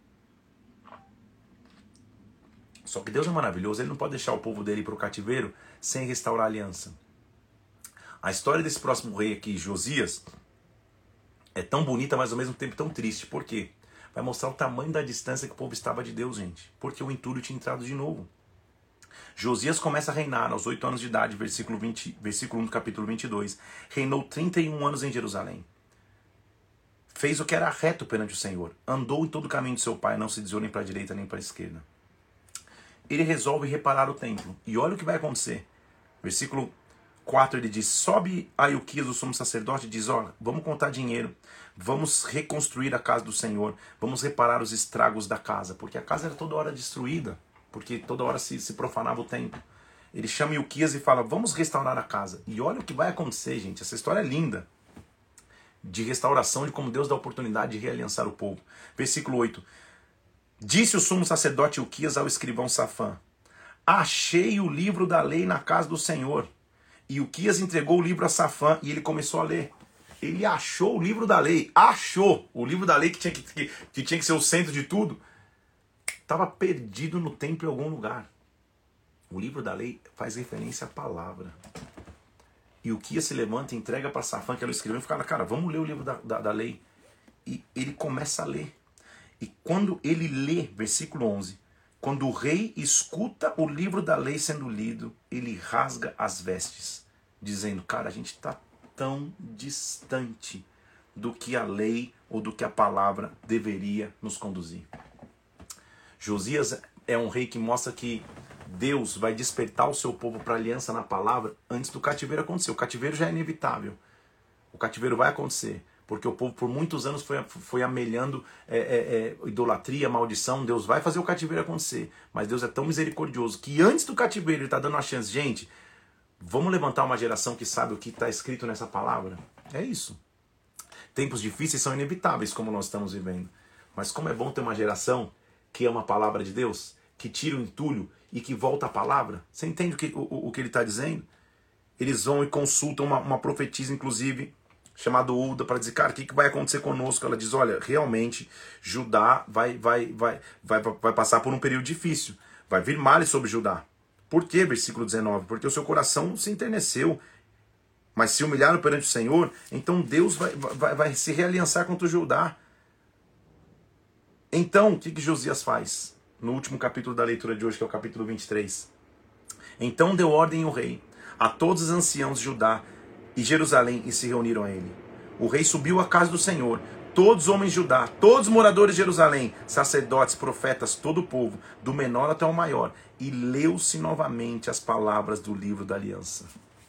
[SPEAKER 1] Só que Deus é maravilhoso, ele não pode deixar o povo dele ir para o cativeiro sem restaurar a aliança. A história desse próximo rei aqui, Josias, é tão bonita, mas ao mesmo tempo tão triste. Por quê? Vai mostrar o tamanho da distância que o povo estava de Deus, gente. Porque o entulho tinha entrado de novo. Josias começa a reinar aos 8 anos de idade, versículo 1 do capítulo 22. Reinou 31 anos em Jerusalém. Fez o que era reto perante o Senhor. Andou em todo o caminho de seu pai, não se desviou nem para a direita nem para a esquerda. Ele resolve reparar o templo. E olha o que vai acontecer. Versículo 4, ele diz: sobe a Ilquias, o sumo sacerdote, e diz: olha, vamos contar dinheiro, vamos reconstruir a casa do Senhor, vamos reparar os estragos da casa, porque a casa era toda hora destruída, porque toda hora se profanava o templo. Ele chama Ilquias e fala: vamos restaurar a casa. E olha o que vai acontecer, gente. Essa história é linda, de restauração, de como Deus dá a oportunidade de realiançar o povo. Versículo 8: disse o sumo sacerdote Ilquias ao escrivão Safã: achei o livro da lei na casa do Senhor. E Ilquias entregou o livro a Safã e ele começou a ler. Ele achou o livro da lei. Achou o livro da lei que tinha que ser o centro de tudo. Estava perdido no templo em algum lugar. O livro da lei faz referência à palavra. E Ilquias se levanta e entrega para Safã, que era o escrivão, e fala: cara, vamos ler o livro da lei. E ele começa a ler. E quando ele lê, versículo 11, quando o rei escuta o livro da lei sendo lido, ele rasga as vestes, dizendo: cara, a gente está tão distante do que a lei ou do que a palavra deveria nos conduzir. Josias é um rei que mostra que Deus vai despertar o seu povo para aliança na palavra antes do cativeiro acontecer. O cativeiro já é inevitável. O cativeiro vai acontecer, porque o povo por muitos anos foi amelhando idolatria, maldição. Deus vai fazer o cativeiro acontecer, mas Deus é tão misericordioso que antes do cativeiro Ele está dando uma chance. Gente, vamos levantar uma geração que sabe o que está escrito nessa palavra? É isso. Tempos difíceis são inevitáveis, como nós estamos vivendo. Mas como é bom ter uma geração que ama a palavra de Deus, que tira o entulho e que volta a palavra. Você entende o que ele está dizendo? Eles vão e consultam uma profetisa, inclusive, chamada Ulda, para dizer: cara, o que vai acontecer conosco? Ela diz: olha, realmente, Judá vai passar por um período difícil. Vai vir males sobre Judá. Por quê? Versículo 19. Porque o seu coração se enterneceu, mas se humilharam perante o Senhor, então Deus vai se realiançar contra o Judá. Então, o que Josias faz? No último capítulo da leitura de hoje, que é o capítulo 23. Então deu ordem o rei a todos os anciãos de Judá e Jerusalém, e se reuniram a ele. O rei subiu à casa do Senhor, todos os homens de Judá, todos os moradores de Jerusalém, sacerdotes, profetas, todo o povo, do menor até o maior, e leu-se novamente as palavras do livro da aliança.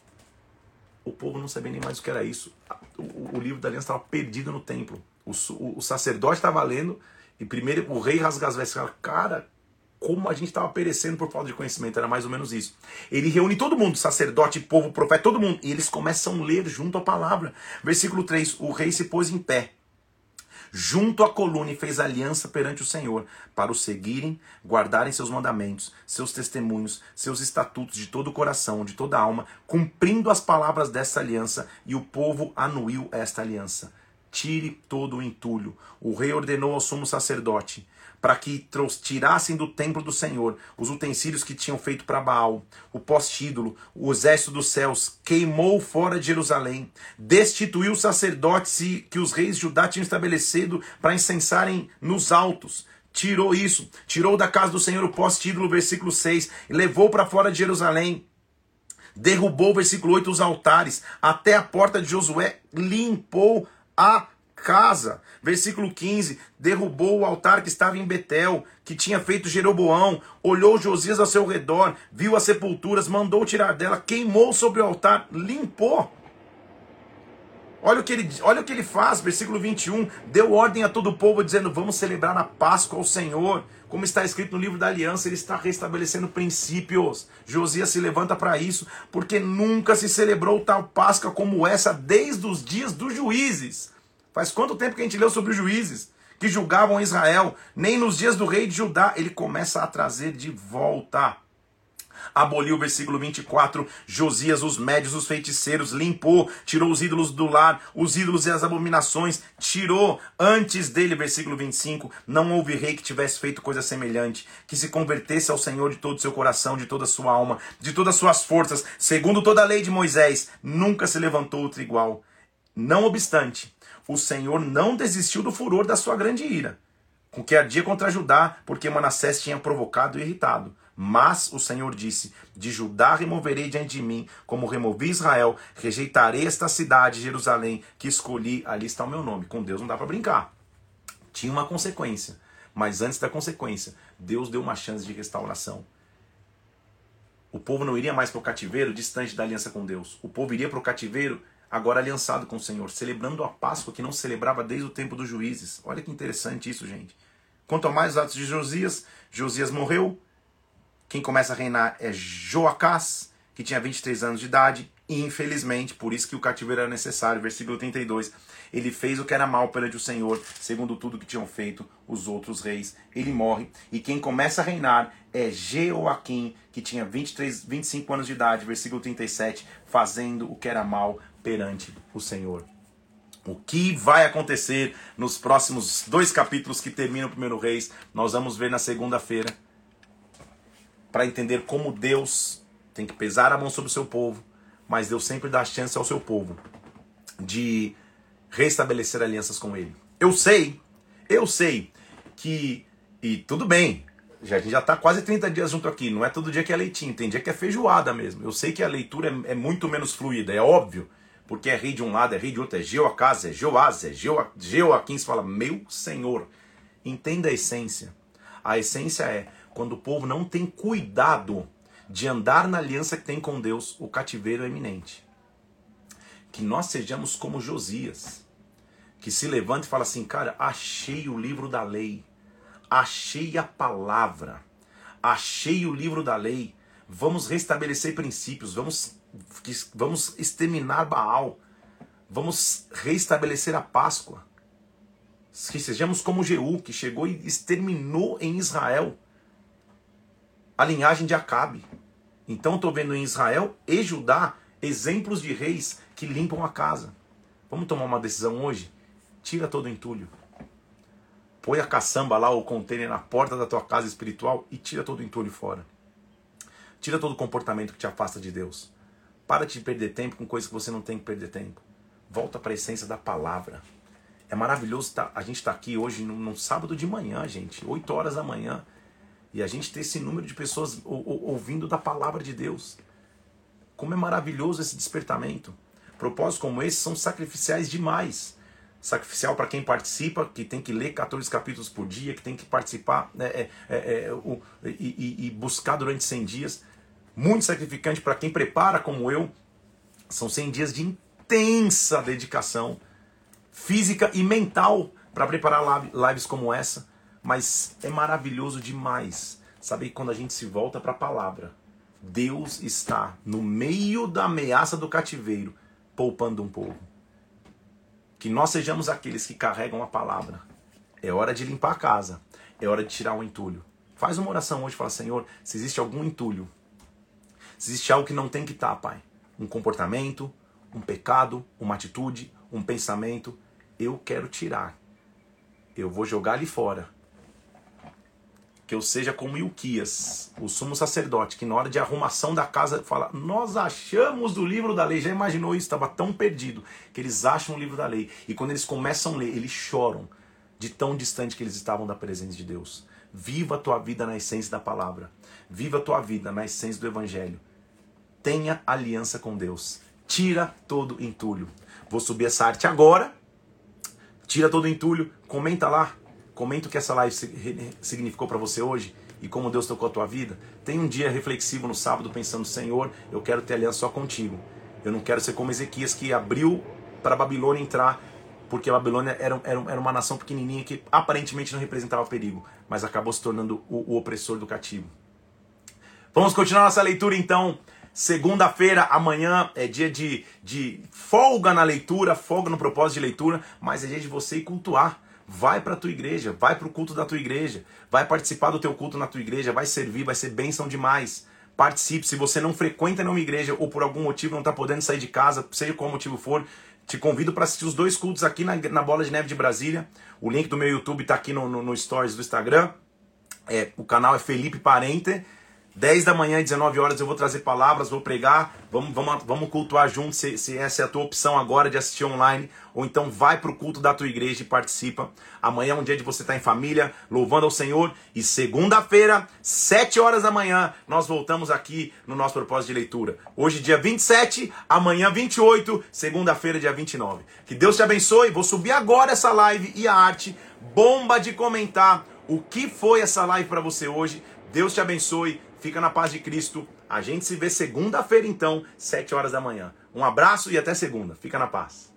[SPEAKER 1] O povo não sabia nem mais o que era isso. O livro da aliança estava perdido no templo. O sacerdote estava lendo, e primeiro o rei rasga as vestes e fala: cara, como a gente estava perecendo por falta de conhecimento. Era mais ou menos isso. Ele reúne todo mundo, sacerdote, povo, profeta, todo mundo, e eles começam a ler junto à palavra. Versículo 3, o rei se pôs em pé junto à coluna e fez aliança perante o Senhor, para o seguirem, guardarem seus mandamentos, seus testemunhos, seus estatutos de todo o coração, de toda a alma, cumprindo as palavras dessa aliança, e o povo anuiu esta aliança. Tire todo o entulho. O rei ordenou ao sumo sacerdote para que tirassem do templo do Senhor os utensílios que tinham feito para Baal, o poste-ídolo, o exército dos céus, queimou fora de Jerusalém, destituiu os sacerdotes que os reis de Judá tinham estabelecido para incensarem nos altos. Tirou isso, tirou da casa do Senhor o poste-ídolo, versículo 6, e levou para fora de Jerusalém. Derrubou, versículo 8, os altares, até a porta de Josué, limpou a casa. Versículo 15, derrubou o altar que estava em Betel, que tinha feito Jeroboão, olhou Josias ao seu redor, viu as sepulturas, mandou tirar dela, queimou sobre o altar, limpou. Olha o que ele faz, versículo 21, deu ordem a todo o povo, dizendo: vamos celebrar a Páscoa ao Senhor, como está escrito no livro da aliança. Ele está restabelecendo princípios. Josias se levanta para isso, porque nunca se celebrou tal Páscoa como essa desde os dias dos juízes. Faz quanto tempo que a gente leu sobre os juízes que julgavam Israel? Nem nos dias do rei de Judá. Ele começa a trazer de volta. Aboliu, versículo 24, Josias, os médios, os feiticeiros, limpou, tirou os ídolos do lar, os ídolos e as abominações, tirou. Antes dele, versículo 25, não houve rei que tivesse feito coisa semelhante, que se convertesse ao Senhor de todo o seu coração, de toda a sua alma, de todas as suas forças, segundo toda a lei de Moisés, nunca se levantou outro igual. Não obstante, o Senhor não desistiu do furor da sua grande ira, com que ardia contra Judá, porque Manassés tinha provocado e irritado. Mas o Senhor disse, de Judá removerei diante de mim, como removi Israel, rejeitarei esta cidade, Jerusalém, que escolhi, ali está o meu nome. Com Deus não dá para brincar. Tinha uma consequência, mas antes da consequência, Deus deu uma chance de restauração. O povo não iria mais para o cativeiro distante da aliança com Deus. O povo iria para o cativeiro agora aliançado com o Senhor, celebrando a Páscoa que não se celebrava desde o tempo dos juízes. Olha que interessante isso, gente. Quanto a mais os atos de Josias, Josias morreu. Quem começa a reinar é Joacás, que tinha 23 anos de idade. E infelizmente, por isso que o cativeiro era necessário, versículo 32, ele fez o que era mal perante o Senhor, segundo tudo que tinham feito os outros reis. Ele morre, e quem começa a reinar é Jeoaquim, que tinha 25 anos de idade, versículo 37, fazendo o que era mal perante o Senhor. O que vai acontecer nos próximos 2 capítulos que terminam o primeiro Reis, nós vamos ver na segunda-feira, para entender como Deus tem que pesar a mão sobre o seu povo, mas Deus sempre dá chance ao seu povo de restabelecer alianças com ele. Eu sei que, e tudo bem, a gente já está quase 30 dias junto aqui, não é todo dia que é leitinho, tem dia que é feijoada mesmo. Eu sei que a leitura é muito menos fluida, é óbvio, porque é rei de um lado, é rei de outro, é Jeoacás, é Joás, é Jeoaquim, se fala, meu Senhor. Entenda a essência. A essência é, quando o povo não tem cuidado de andar na aliança que tem com Deus, o cativeiro é iminente. Que nós sejamos como Josias, que se levanta e fala assim, cara, achei o livro da lei, achei a palavra, achei o livro da lei, vamos restabelecer princípios, vamos exterminar Baal, vamos restabelecer a Páscoa. Que sejamos como Jeú, que chegou e exterminou em Israel a linhagem de Acabe. Então estou vendo em Israel e Judá exemplos de reis que limpam a casa. Vamos tomar uma decisão hoje? Tira todo o entulho. Põe a caçamba lá, o container na porta da tua casa espiritual e tira todo o entulho fora. Tira todo o comportamento que te afasta de Deus. Para de perder tempo com coisas que você não tem que perder tempo. Volta para a essência da palavra. É maravilhoso a gente estar aqui hoje num sábado de manhã, gente. 8 horas da manhã. E a gente ter esse número de pessoas ouvindo da palavra de Deus. Como é maravilhoso esse despertamento. Propósitos como esse são sacrificiais demais. Sacrificial para quem participa, que tem que ler 14 capítulos por dia, que tem que participar e buscar durante 100 dias. Muito sacrificante para quem prepara como eu. São 100 dias de intensa dedicação física e mental para preparar lives como essa. Mas é maravilhoso demais saber que quando a gente se volta para a palavra, Deus está no meio da ameaça do cativeiro, poupando um povo. Que nós sejamos aqueles que carregam a palavra. É hora de limpar a casa, é hora de tirar o entulho. Faz uma oração hoje e fala, Senhor, se existe algum entulho, se existe algo que não tem que estar, Pai, um comportamento, um pecado, uma atitude, um pensamento, eu quero tirar. Eu vou jogar ali fora. Que eu seja como Ilquias, o sumo sacerdote, que na hora de arrumação da casa fala, nós achamos do livro da lei. Já imaginou isso? Estava tão perdido que eles acham o livro da lei. E quando eles começam a ler, eles choram de tão distante que eles estavam da presença de Deus. Viva a tua vida na essência da palavra. Viva a tua vida na essência do evangelho. Tenha aliança com Deus. Tira todo entulho. Vou subir essa arte agora. Tira todo entulho. Comenta lá. Comenta o que essa live significou para você hoje e como Deus tocou a tua vida. Tem um dia reflexivo no sábado pensando, Senhor, eu quero ter aliança só contigo. Eu não quero ser como Ezequias que abriu para a Babilônia entrar, porque a Babilônia era uma nação pequenininha que aparentemente não representava perigo, mas acabou se tornando o opressor do cativo. Vamos continuar nossa leitura então. Segunda-feira, amanhã é dia de folga na leitura, folga no propósito de leitura, mas é dia de você ir cultuar. Vai para a tua igreja, vai para o culto da tua igreja, vai participar do teu culto na tua igreja, vai servir, vai ser bênção demais. Participe, se você não frequenta nenhuma igreja ou por algum motivo não está podendo sair de casa, seja qual motivo for, te convido para assistir os 2 cultos aqui na Bola de Neve de Brasília. O link do meu YouTube está aqui no stories do Instagram. O canal é Felipe Parente. 10 da manhã e 19 horas eu vou trazer palavras, vou pregar, vamos cultuar juntos, se essa é a tua opção agora de assistir online, ou então vai para o culto da tua igreja e participa. Amanhã é um dia de você estar em família, louvando ao Senhor, e segunda-feira, 7 horas da manhã, nós voltamos aqui no nosso propósito de leitura. Hoje dia 27, amanhã 28, segunda-feira dia 29. Que Deus te abençoe, vou subir agora essa live e a arte, bomba de comentar o que foi essa live para você hoje. Deus te abençoe. Fica na paz de Cristo. A gente se vê segunda-feira, então, 7 horas da manhã. Um abraço e até segunda. Fica na paz.